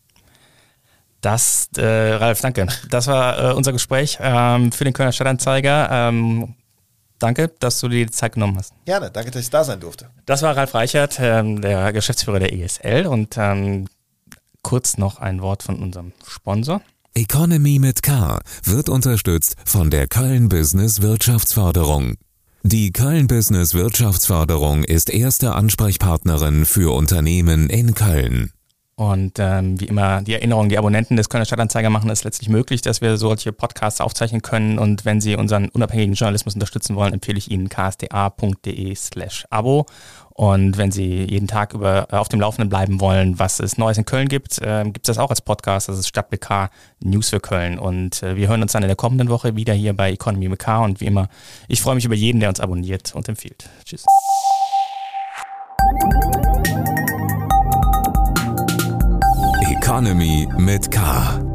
Ralf, danke. Das war unser Gespräch für den Kölner Stadtanzeiger. Danke, dass du dir die Zeit genommen hast. Gerne, danke, dass ich da sein durfte. Das war Ralf Reichert, der Geschäftsführer der ESL, und kurz noch ein Wort von unserem Sponsor. Economy mit K wird unterstützt von der Köln Business Wirtschaftsförderung. Die Köln Business Wirtschaftsförderung ist erste Ansprechpartnerin für Unternehmen in Köln. Und wie immer, die Erinnerung, die Abonnenten des Kölner Stadtanzeiger machen es letztlich möglich, dass wir solche Podcasts aufzeichnen können. Und wenn Sie unseren unabhängigen Journalismus unterstützen wollen, empfehle ich Ihnen ksda.de/Abo. Und wenn Sie jeden Tag auf dem Laufenden bleiben wollen, was es Neues in Köln gibt, gibt es das auch als Podcast. Das ist Stadt BK News für Köln. Und wir hören uns dann in der kommenden Woche wieder hier bei Economy mit K. Und wie immer, ich freue mich über jeden, der uns abonniert und empfiehlt. Tschüss. Economy mit K.